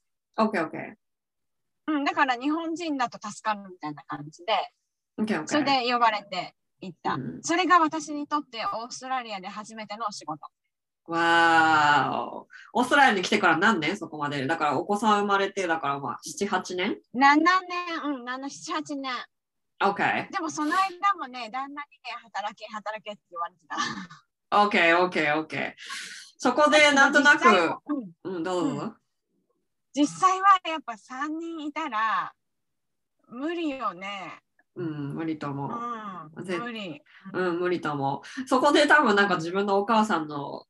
だから日本人だと助かるみたいな感じで、それで呼ばれて行った。それが私にとってオーストラリアで初めてのお仕事。 わー、オーストラリアに来てから何年そこまで。だからお子さん生まれて、だからまあ7、8年 ?7 年、7、8年。 OK。 でもその間もね、旦那にね、働けって言われてた。OK。そこでなんとなく、どうぞ。 実際はやっぱ3人いたら無理よね。 無理と思う。 無理。 無理と思う。そこで多分なんか自分のお母さんの、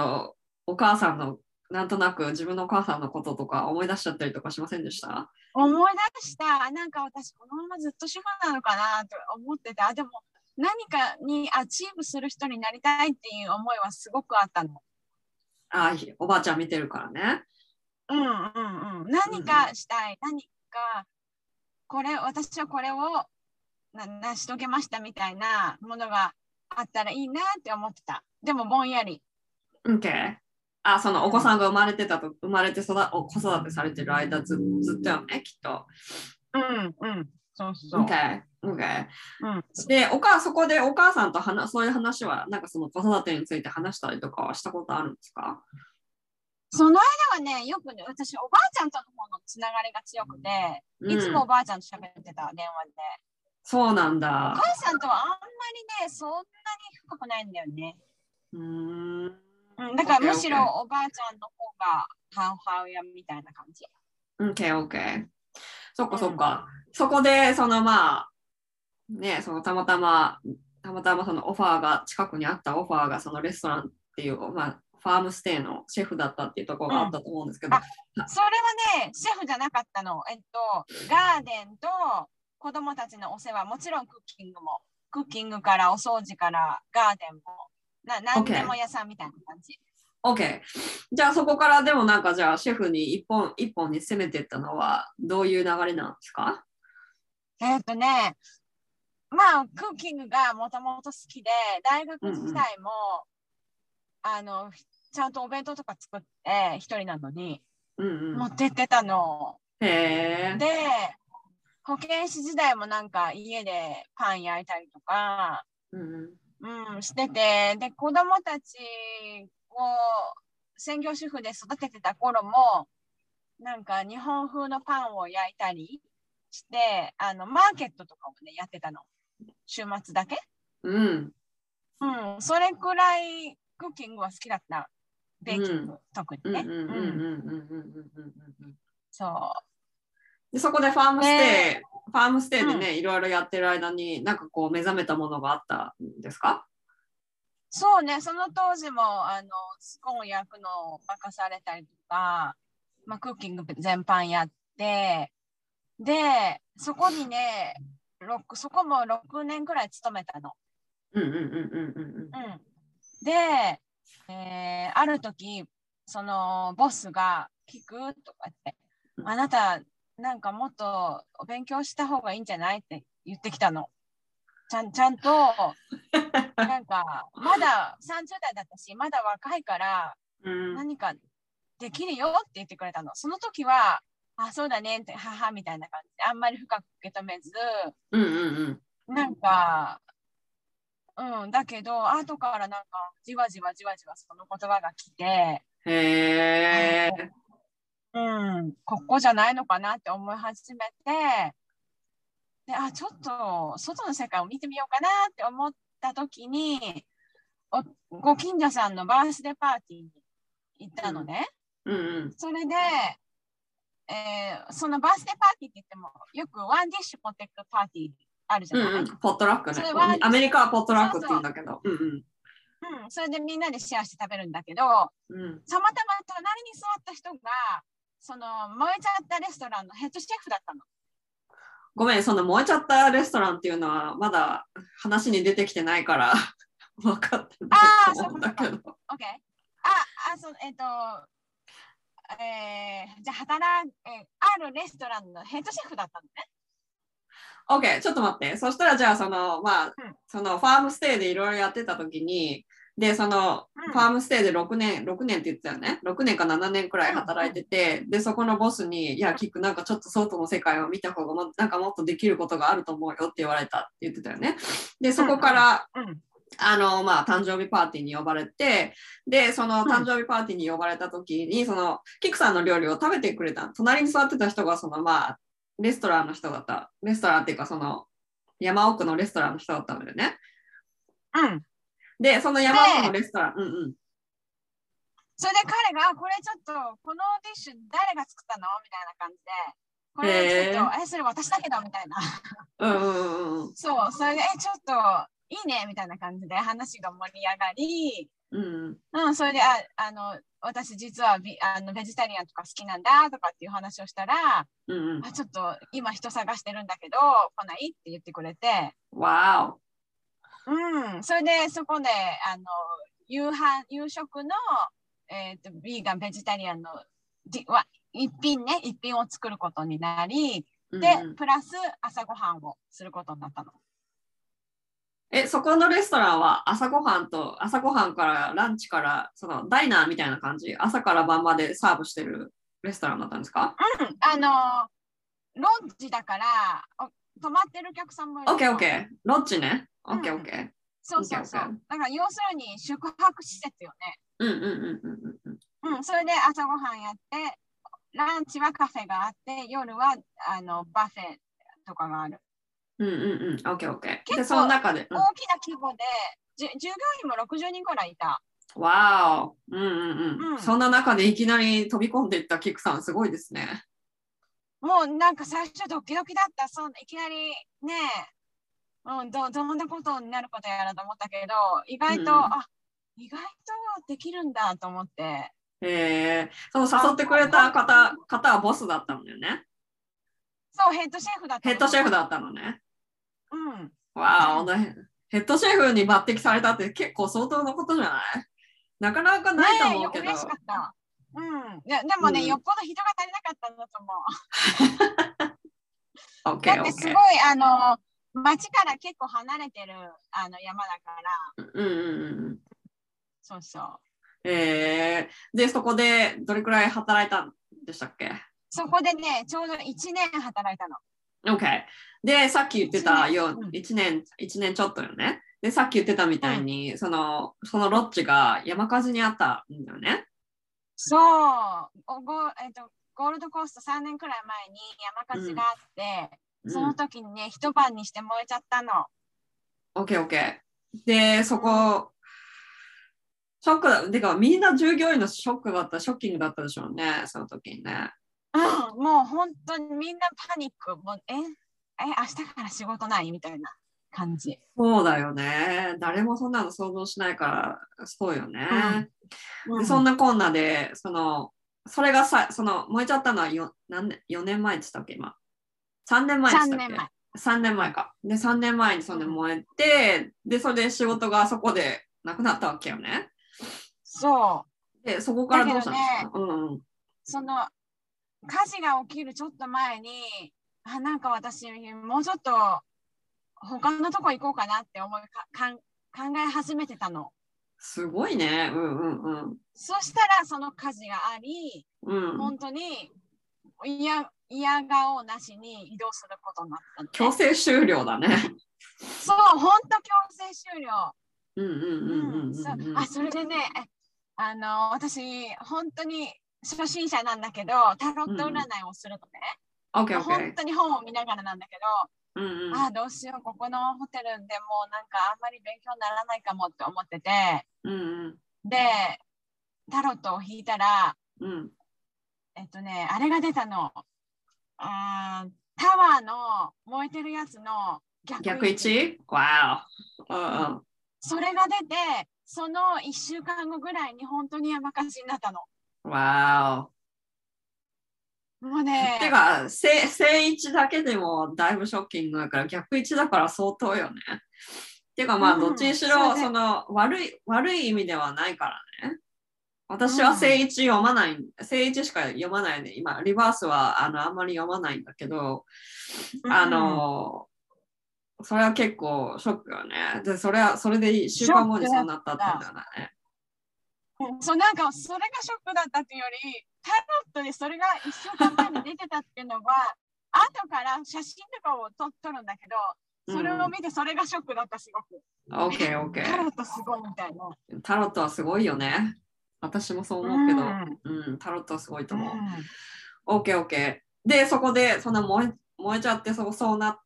なんとなく自分のお母さんのこととか思い出しちゃったりとかしませんでした？ 思い出した。なんか私このままずっと主婦なのかなと思ってて、でも何かにアチーブする人になりたいっていう思いはすごくあったの。 おばあちゃん見てるからね。 何かしたい。何か、私はこれを成し遂げましたみたいなものがあったらいいなって思ってた。でもぼんやり。 OK。あ、そのお子さんが生まれて子育てされてる間ずっとよね、きっと。 そうそう。 OK。で、そこでお母さんとそういう話は、なんかその子育てについて話したりとかはしたことあるんですか？ その間はね、よくね、私、おばあちゃんとの方のつながりが強くて、いつもおばあちゃんと喋ってた、電話で。 そうなんおだ。 母さんとはあんまりね、そんなに深くないんだよね。だからむしろおばあちゃんの方が母親みたいな感じ。 OK。そっか。そこで、そのたまたまその近くにあったオファーがそのレストランっていう、ファームステイのシェフだったっていうところがあったと思うんですけど。 それはね、シェフじゃなかったの。ガーデンと子供たちのお世話、もちろんクッキングからお掃除からガーデンも、何でも屋さんみたいな感じ。 OK。じゃあそこからでもなんかじゃあシェフに一本に攻めていったのはどういう流れなんですか？ クッキングがもともと好きで、大学時代も、ちゃんとお弁当とか作って一人なのに、持ってってたの。で、保健師時代もなんか家でパン焼いたりとか、してて、で、子供たちを専業主婦で育ててた頃も、なんか日本風のパンを焼いたりして、マーケットとかもね、やってたの。週末だけ。それくらいクッキングは好きだった。ベーキング、特にね。そう。 でそこでファームステイでね、いろいろやってる間になんかこう目覚めたものがあったんですか？ そうね、その当時もスコーン焼くのを任されたりとか、クッキング全般やって、で、そこにね、そこも6年くらい勤めたの。で、ある時、そのボスが聞くとかって、あなた、なんかもっと勉強した方がいいんじゃないって言ってきたの。ちゃんと、なんか、まだ30代だったし、まだ若いから、何かできるよって言ってくれたの。その時は、そうだねって、母みたいな感じで、あんまり深く受け止めず、なんか、だけど、後からなんか、じわじわその言葉が来て、ここじゃないのかなって思い始めて、で、ちょっと外の世界を見てみようかなって思った時に、ご近所さんのバースデーパーティーに行ったのね。それで、そのバースデーパーティーって言っても、よくワンディッシュポテトパーティーあるじゃない？ ポットラックね。アメリカはポットラックって言うんだけど。 それでみんなでシェアして食べるんだけど、たまたま隣に座った人が、その燃えちゃったレストランのヘッドシェフだったの。 ごめん、その燃えちゃったレストランっていうのはまだ話に出てきてないから分かってないと思うんだけど。 OK。じゃああるレストランのヘッドシェフだったのね。 OK、ちょっと待って。そしたらじゃあそのファームステイでいろいろやってた時に、で、そのファームステイで6年って言ってたよね。6年か7年くらい働いてて、で、そこのボスに、いや、キックなんかちょっと外の世界を見た方がなんかもっとできることがあると思うよって言われたって言ってたよね。で、そこから、誕生日パーティーに呼ばれて、で、その誕生日パーティーに呼ばれた時に、そのキックさんの料理を食べてくれた。隣に座ってた人が、そのレストランの人だった。レストランっていうか、その山奥のレストランの人だったんだよね。で、その山奥のレストラン。 それで彼が、これちょっと、このディッシュ誰が作ったのみたいな感じで、これちょっと、それ私だけどみたいな。そう、それで、ちょっと、いいねみたいな感じで話が盛り上がり、それで、私実はベジタリアンとか好きなんだとかっていう話をしたら、ちょっと今人探してるんだけど、来ないって言ってくれて。 わお。それでそこで夕食の、ビーガンベジタリアンの一品を作ることになり、でプラス朝ごはんをすることになったの。 そこのレストランは朝ごはんからランチから、そのダイナーみたいな感じ、朝から晩までサーブしてるレストランだったんですか？ うん、ロッジだから、泊まってるお客さんもいる。 オッケーオッケー。ロッジね。オッケーオッケー。 そうそうそう。だから要するに宿泊施設よね。 うんうんうんうんうん。 それで朝ごはんやって、ランチはカフェがあって、夜はバフェとかがある。 うんうんうん。オッケーオッケー。で、 結構その中で、 大きな規模で、従業員も60人くらいいた。 わーお。うんうんうん。そんな中でいきなり飛び込んでいったキクさん、すごいですね。 もうなんか最初ドキドキだった。いきなりね、どんなことになることやらと思ったけど、意外とできるんだと思って。 その誘ってくれた方はボスだったんだよね。 そう、ヘッドシェフだった。 ヘッドシェフだったのね。 うん。 わあ、ヘッドシェフに抜擢されたって結構相当なことじゃない？なかなかないと思うけど。 嬉しかった。でもね、よっぽど人が足りなかったんだと思う。だってすごい、町から結構離れてる山だから。そうそう。 で、そこでどれくらい働いたんでしたっけ？ そこでね、ちょうど1年働いたの。 OK。で、さっき言ってたよ、1年ちょっとよね。で、さっき言ってたみたいに、そのロッジが山火事にあったんだよね。 そう、ゴールドコースト3年くらい前に山火事があって、その時にね、一晩にして燃えちゃったの。 OK。で、そこ、ショックだ。てか、みんな従業員のショッキングだったでしょうね、その時にね。 もう本当にみんなパニック。もう明日から仕事ないみたいな感じ。 そうだよね。誰もそんなの想像しないから、そうよね。でそんなこんなで、それが燃えちゃったのは4年前って言ったっけ、今。3年前って言ったっけ？3年前か。で、3年前にそれ燃えて、で、それで仕事がそこでなくなったわけよね。 そう。 で、そこからどうしたんですか？ その火事が起きるちょっと前に、なんか私、もうちょっと他のとこ行こうかなって考え始めてたの。 すごいね。 そしたらその火事があり、本当に嫌顔なしに移動することになったの、ね。 強制終了だね。 そう、本当強制終了。それでね、私、本当に初心者なんだけど、タロット占いをするとね、本当に本を見ながらなんだけど、どうしよう、ここのホテルでもなんかあんまり勉強にならないかもって思ってて、で、タロットを引いたら、あれが出たの。タワーの燃えてるやつの逆位置？わお。それが出て、その1週間後ぐらいに本当に山火事になったの。 わお。もうね。 てか、正位置だけでもだいぶショッキングだから、逆位置だから相当よね。てか、どっちにしろ、悪い意味ではないからね。私は正位置読まない、正位置しか読まないね。今、リバースはあんまり読まないんだけど、それは結構ショックよね。で、それで1週間後にそうなったってんだね。 なんかそれがショックだったっていうより、タロットでそれが1週間前に出てたっていうのは、後から写真とかを撮るんだけど、それを見てそれがショックだった、すごく。 OK。 タロットすごいみたいな。 タロットはすごいよね。私もそう思うけど、タロットはすごいと思う。OK。で、そこでそんな燃えちゃってそうなって、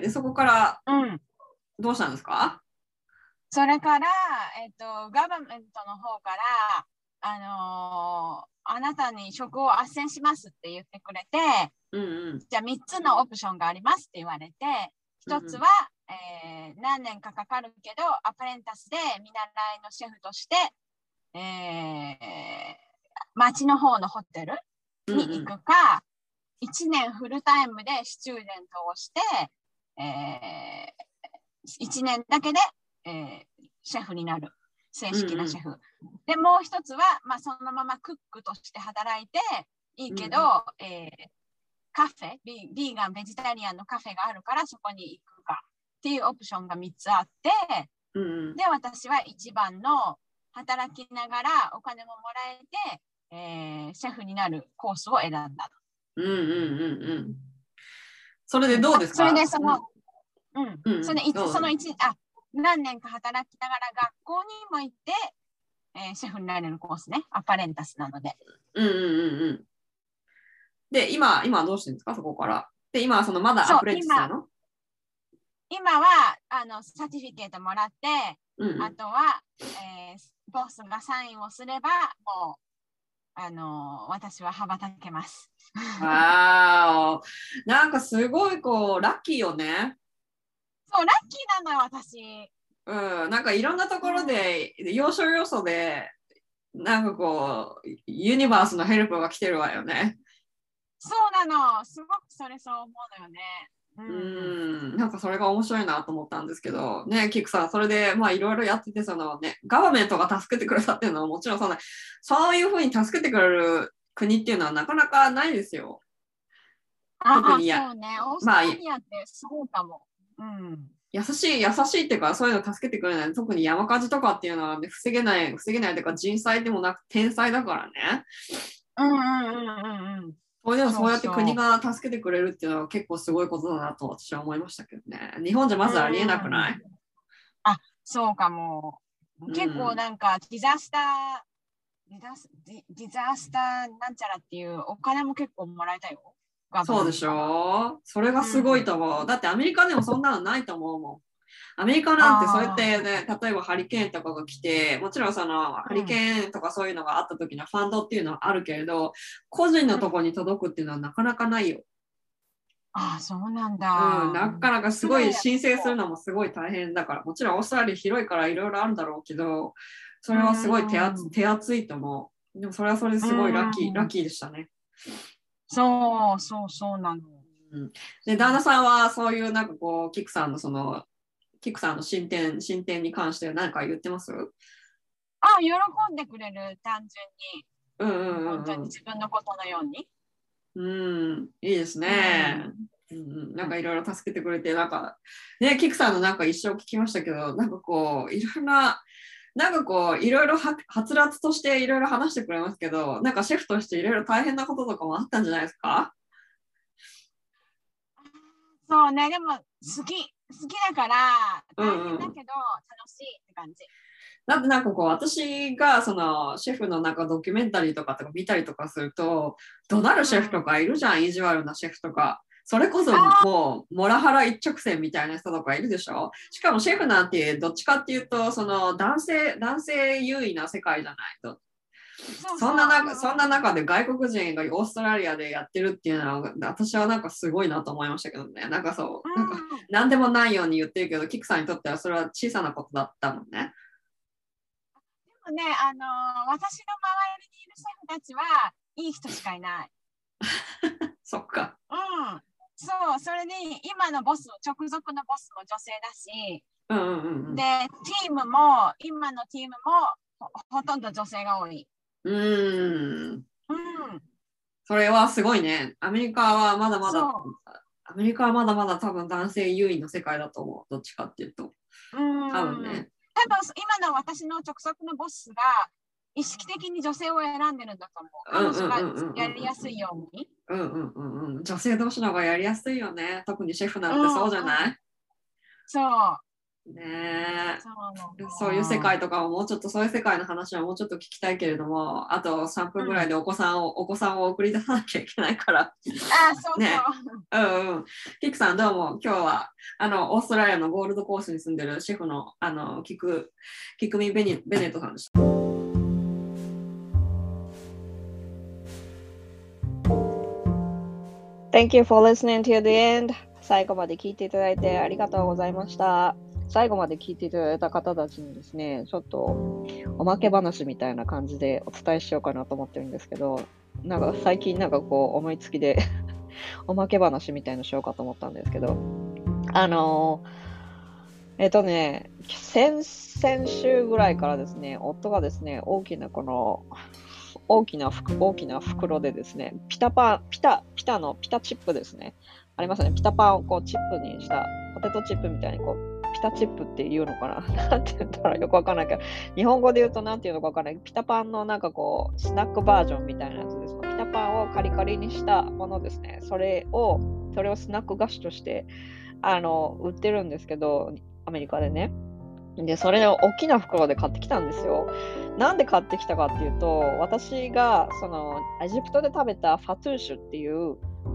で、そこからどうしたんですか？ それから、ガバメントの方から、あなたに職を斡旋しますって言ってくれて、じゃあ3つのオプションがありますって言われて、1つは、何年かかかるけど、アパレンタスで見習いのシェフとして、町の方のホテルに行くか、1年フルタイムでスチューデントをして、1年だけで、シェフになる。正式なシェフ。で、もう一つは、そのままクックとして働いていいけど、カフェ、ビーガン、ベジタリアンのカフェがあるからそこに行くか。 っていうオプションが3つあって、 うんうん、 で、私は1番の働きながらお金ももらえて、シェフになるコースを選んだ。 うんうんうんうん。それでどうですか？ それでその、それ何年か働きながら学校にも行って、シェフになれるコースね。アパレンタスなので。 うんうんうんうん。で、今どうしてるんですか、そこから。で、今そのまだアプレンティスなの？ 今はサティフィケートもらって、 うん、 あとは、ボスがサインをすれば、もう、私は羽ばたけます。 わー、なんかすごいラッキーよね。 そう、ラッキーなのよ、私。 なんかいろんなところで、要所要所で、なんかユニバースのヘルプが来てるわよね。 そうなの。すごくそれそう思うのよね。 なんかそれが面白いなと思ったんですけど、ね、キクさん、それでまあいろいろやってて、ガバメントが助けてくれたっていうのはもちろんそういうふうに助けてくれる国っていうのはなかなかないですよ。 特にそうね、オーストラリアってすごいかも。 優しいっていうか、そういうの助けてくれない。特に山火事とかっていうのは、ね、防げないというか、人災でもなく天災だからね。それでもそうやって国が助けてくれるっていうのは結構すごいことだなと私は思いましたけどね。日本じゃまずありえなくない？ そうかも。結構なんかディザスターなんちゃらっていうお金も結構もらえたよ。 そうでしょ？それがすごいと思う。だってアメリカでもそんなのないと思うもん。アメリカなんてそうやってね、例えばハリケーンとかが来て、もちろんハリケーンとかそういうのがあった時のファンドっていうのはあるけれど、個人のとこに届くっていうのはなかなかないよ。 そうなんだ。 なかなかすごい申請するのもすごい大変だから、もちろんオーストラリア広いからいろいろあるんだろうけど、それはすごい手厚いと思う。でもそれはそれですごいラッキーでしたね。 そうなの。 で、旦那さんはそういうなんかキクさんの進展に関して何か言ってます？ 喜んでくれる、単純に。本当に自分のことのように。 いいですね。なんかいろいろ助けてくれて、なんかね、キクさんのなんか一生聞きましたけど、なんかいろんな、なんかいろいろはつらつとしていろいろ話してくれますけど、なんかシェフとしていろいろ大変なこととかもあったんじゃないですか？ そうね、でも好きだから大変だけど楽しいって感じ。 だってなんか私がシェフのなんかドキュメンタリーとか見たりとかすると、怒鳴るシェフとかいるじゃん、意地悪なシェフとか。それこそもうモラハラ一直線みたいな人とかいるでしょ。しかもシェフなんてどっちかっていうと男性優位な世界じゃないと。そんな中で外国人がオーストラリアでやってるっていうのは私はなんかすごいなと思いましたけどね。なんか何でもないように言ってるけど、キクさんにとってはそれは小さなことだったもんね。 でもね、私の周りにいるシェフたちはいい人しかいない。 そっか。 そう、それで今の直属のボスも女性だし、で、今のチームもほとんど女性が多い。 それはすごいね。アメリカはまだまだ多分男性優位の世界だと思う。どっちかっていうと。多分ね。 多分今の私の直属のボスが意識的に女性を選んでるんだと思う。彼女がやりやすいように。 女性同士の方がやりやすいよね。特にシェフなんてそうじゃない？ そうね。そういう世界とかもそういう世界の話はもうちょっと聞きたいけれども、あと3分ぐらいでお子さんを送り出さなきゃいけないから。ね。キクさんどうも今日はオーストラリアのゴールドコーストに住んでるシェフのキクミベネットさんでした。 Thank you for listening to the end. 最後まで聞いていただいてありがとうございました。最後まで聞いていただいた方たちにですね、ちょっとおまけ話みたいな感じでお伝えしようかなと思ってるんですけど、なんか最近なんか思いつきでおまけ話みたいなのしようかと思ったんですけど、先々週ぐらいからですね、夫がですね、大きな袋でですね、ピタチップですね、 ありますね。ピタパンをこうチップにした、ポテトチップみたいにこう、ピタチップっていうのかななんて言ったらよくわかんないけど、日本語で言うとなんていうのかわかんない。ピタパンのなんかこう、スナックバージョンみたいなやつです。ピタパンをカリカリにしたものですね。それをスナック菓子として売ってるんですけど、アメリカでね。で、それを大きな袋で買ってきたんですよ。なんで買ってきたかっていうと、私がエジプトで食べたファトゥーシュっていう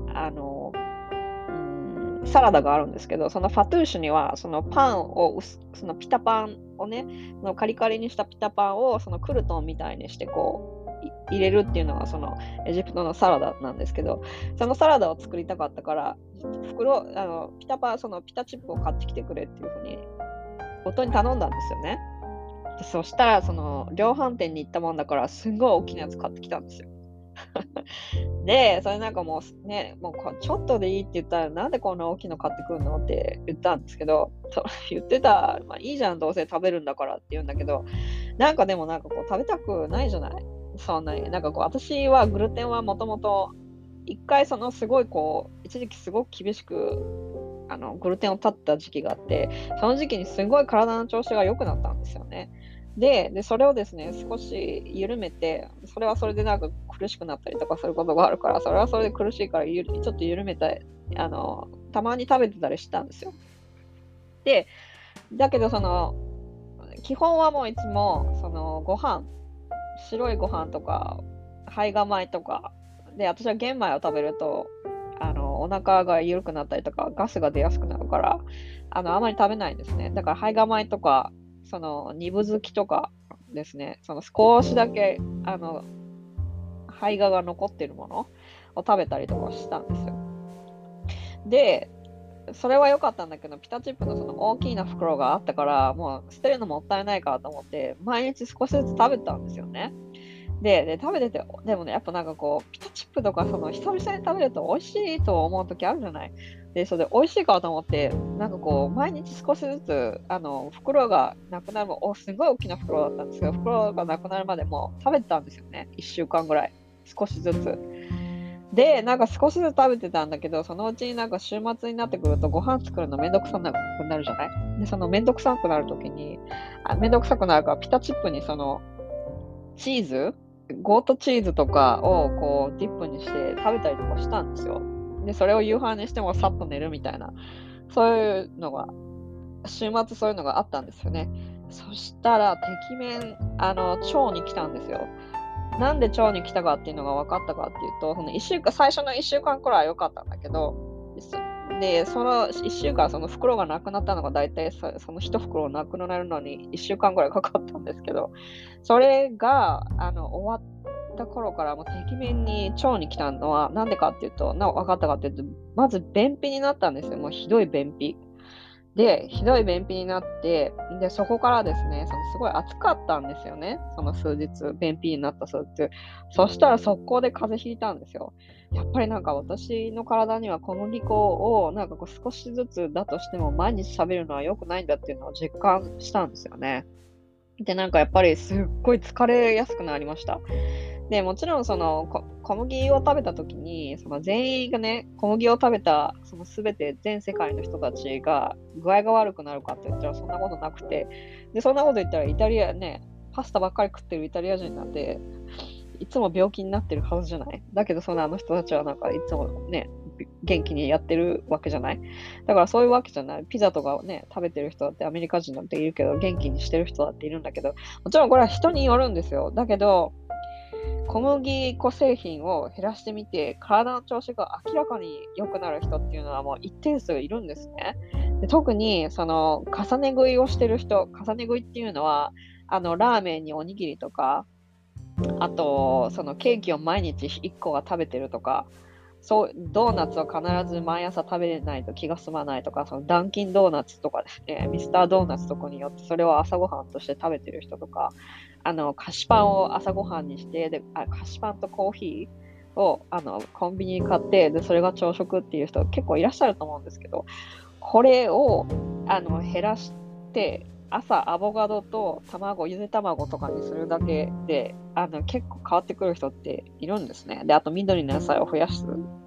サラダがあるんですけど、そのファトゥーシュにはそのパンをそのピタパンをね、そのカリカリにしたピタパンをそのクルトンみたいにしてこう入れるっていうのがそのエジプトのサラダなんですけど、そのサラダを作りたかったからピタパン、そのピタチップを買ってきてくれっていうふうに夫に頼んだんですよね。でそしたらその量販店に行ったもんだからすんごい大きなやつ買ってきたんですよ。で、それなんかもうね、もうちょっとでいいって言ったらなんでこんな大きいの買ってくるのって言ったんですけど、言ってた、まあいいじゃんどうせ食べるんだからって言うんだけど、なんかでもなんかこう食べたくないじゃない。そんなになんかこう私はグルテンはもともと一回すごいこう一時期すごく厳しくグルテンを断った時期があって、その時期にすごい体の調子が良くなったんですよね。でそれをですね少し緩めて、それはそれでなんか苦しくなったりとかすることがあるから、それはそれで苦しいからちょっと緩めてたまに食べてたりしたんですよ。でだけど基本はもういつもご飯、白いご飯とか胚芽米とかで、私は玄米を食べるとお腹が緩くなったりとかガスが出やすくなるからあまり食べないんですね。だから胚芽米とか二分好きとかですね、少しだけ胚芽が残ってるものを食べたりとかしたんですよ。でそれは良かったんだけど、ピタチップの大きな袋があったからもう捨てるのもったいないからと思って毎日少しずつ食べたんですよね。で食べてて、でもねやっぱなんかこうピタチップとか久々に食べると美味しいと思う時あるじゃない。でそれで美味しいからと思ってなんかこう毎日少しずつ袋がなくなるすごい大きな袋だったんですけど、袋がなくなるまでも食べてたんですよね。1週間ぐらい少しずつで、なんか少しずつ食べてたんだけど、そのうちになんか週末になってくるとご飯作るのめんどくさくなるじゃない。でそのめんどくさくなるときにめんどくさくなるからピタチップにチーズ、ゴートチーズとかをこうディップにして食べたりとかしたんですよ。でそれを夕飯にしてもさっと寝るみたいな、そういうのが週末そういうのがあったんですよね。そしたらてきめん腸に来たんですよ。なんで腸に来たかっていうのが分かったかっていうと、最初の1週間くらいは良かったんだけど、でその1週間その袋がなくなったのが大体その1袋なくなるのに1週間くらいかかったんですけど、それが終わった頃からもうてきめんに腸に来たのはなんでかっていうと、分かったかっていうと、まず便秘になったんですよ。もうひどい便秘で、ひどい便秘になって、でそこからですね、すごい暑かったんですよね。その数日、便秘になった数日。そしたら速攻で風邪ひいたんですよ。やっぱりなんか私の体には小麦粉をなんかこう少しずつだとしても毎日食べるのは良くないんだっていうのを実感したんですよね。で、なんかやっぱりすっごい疲れやすくなりました。でもちろん小麦を食べた時に全員がね小麦を食べた全て全世界の人たちが具合が悪くなるかって言ったらそんなことなくて、でそんなこと言ったらイタリアね、パスタばっかり食ってるイタリア人なんていつも病気になってるはずじゃない。だけどあの人たちはなんかいつもね元気にやってるわけじゃない。だからそういうわけじゃない。ピザとかね食べてる人だってアメリカ人なんているけど、元気にしてる人だっているんだけど、もちろんこれは人によるんですよ。だけど小麦粉製品を減らしてみて体の調子が明らかに良くなる人っていうのはもう一定数いるんですね。で特に重ね食いをしてる人、重ね食いっていうのはラーメンにおにぎりとか、あとケーキを毎日1個は食べてるとか、ドーナツを必ず毎朝食べないと気が済まないとか、ダンキンドーナツとかですね、ミスタードーナツとかによってそれを朝ごはんとして食べてる人とか、菓子パンを朝ごはんにして、菓子パンとコーヒーをコンビニに買って、でそれが朝食っていう人結構いらっしゃると思うんですけど、これを減らして朝アボカドとゆで卵とかにするだけで結構変わってくる人っているんですね。であと緑の野菜を増やすって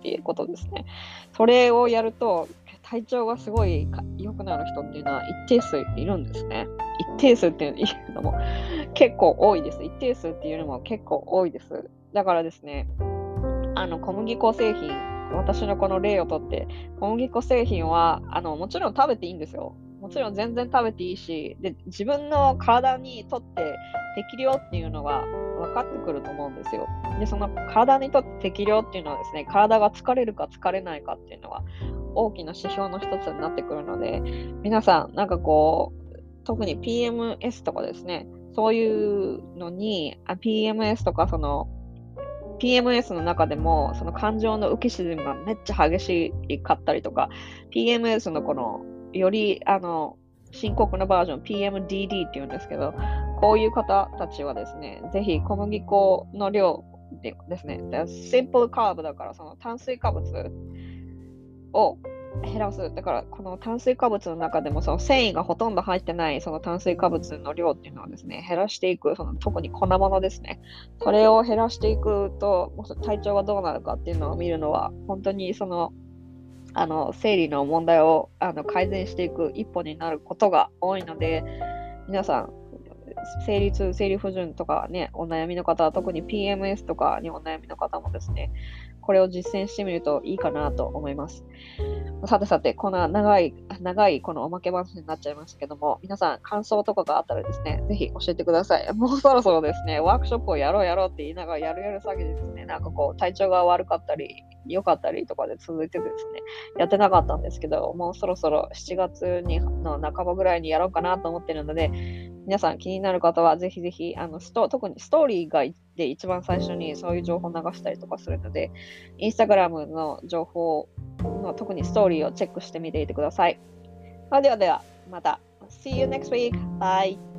っていうことですね。それをやると体調がすごい良くなる人っていうのは一定数いるんですね。一定数っていうのも結構多いです。一定数っていうのも結構多いです。だからですね、小麦粉製品、私のこの例をとって、小麦粉製品はもちろん食べていいんですよ。もちろん全然食べていいし、で自分の体にとって適量っていうのが分かってくると思うんですよ。で、その体にとって適量っていうのはですね、体が疲れるか疲れないかっていうのは大きな指標の一つになってくるので、皆さん、なんかこう、特に PMS とかですね、そういうのに、PMS とかPMS の中でも、その感情の浮き沈みがめっちゃ激しかったりとか、PMS のこの、より、深刻なバージョン、PMDD っていうんですけど、こういう方たちはですね、ぜひ小麦粉の量でですね、simple carb だから、その炭水化物を減らす。だから、この炭水化物の中でも、その繊維がほとんど入ってないその炭水化物の量っていうのはですね、減らしていく、特に粉物ですね。それを減らしていくと、体調がどうなるかっていうのを見るのは、本当に生理の問題を改善していく一歩になることが多いので、皆さん、生理痛、生理不順とかね、お悩みの方は、特に PMS とかにお悩みの方もですね、これを実践してみるといいかなと思います。さてさて、こんな長いこのおまけ話になっちゃいましたけども、皆さん感想とかがあったらですね、ぜひ教えてください。もうそろそろですね、ワークショップをやろうって言いながらやる詐欺でですね、なんかこう体調が悪かったり、良かったりとかで続いてですね、やってなかったんですけど、もうそろそろ7月の半ばぐらいにやろうかなと思ってるので、皆さん気になる方はぜひぜひ特にストーリーで一番最初にそういう情報を流したりとかするので、インスタグラムの情報の特にストーリーをチェックしてみていてください。ではまた。See you next week. Bye.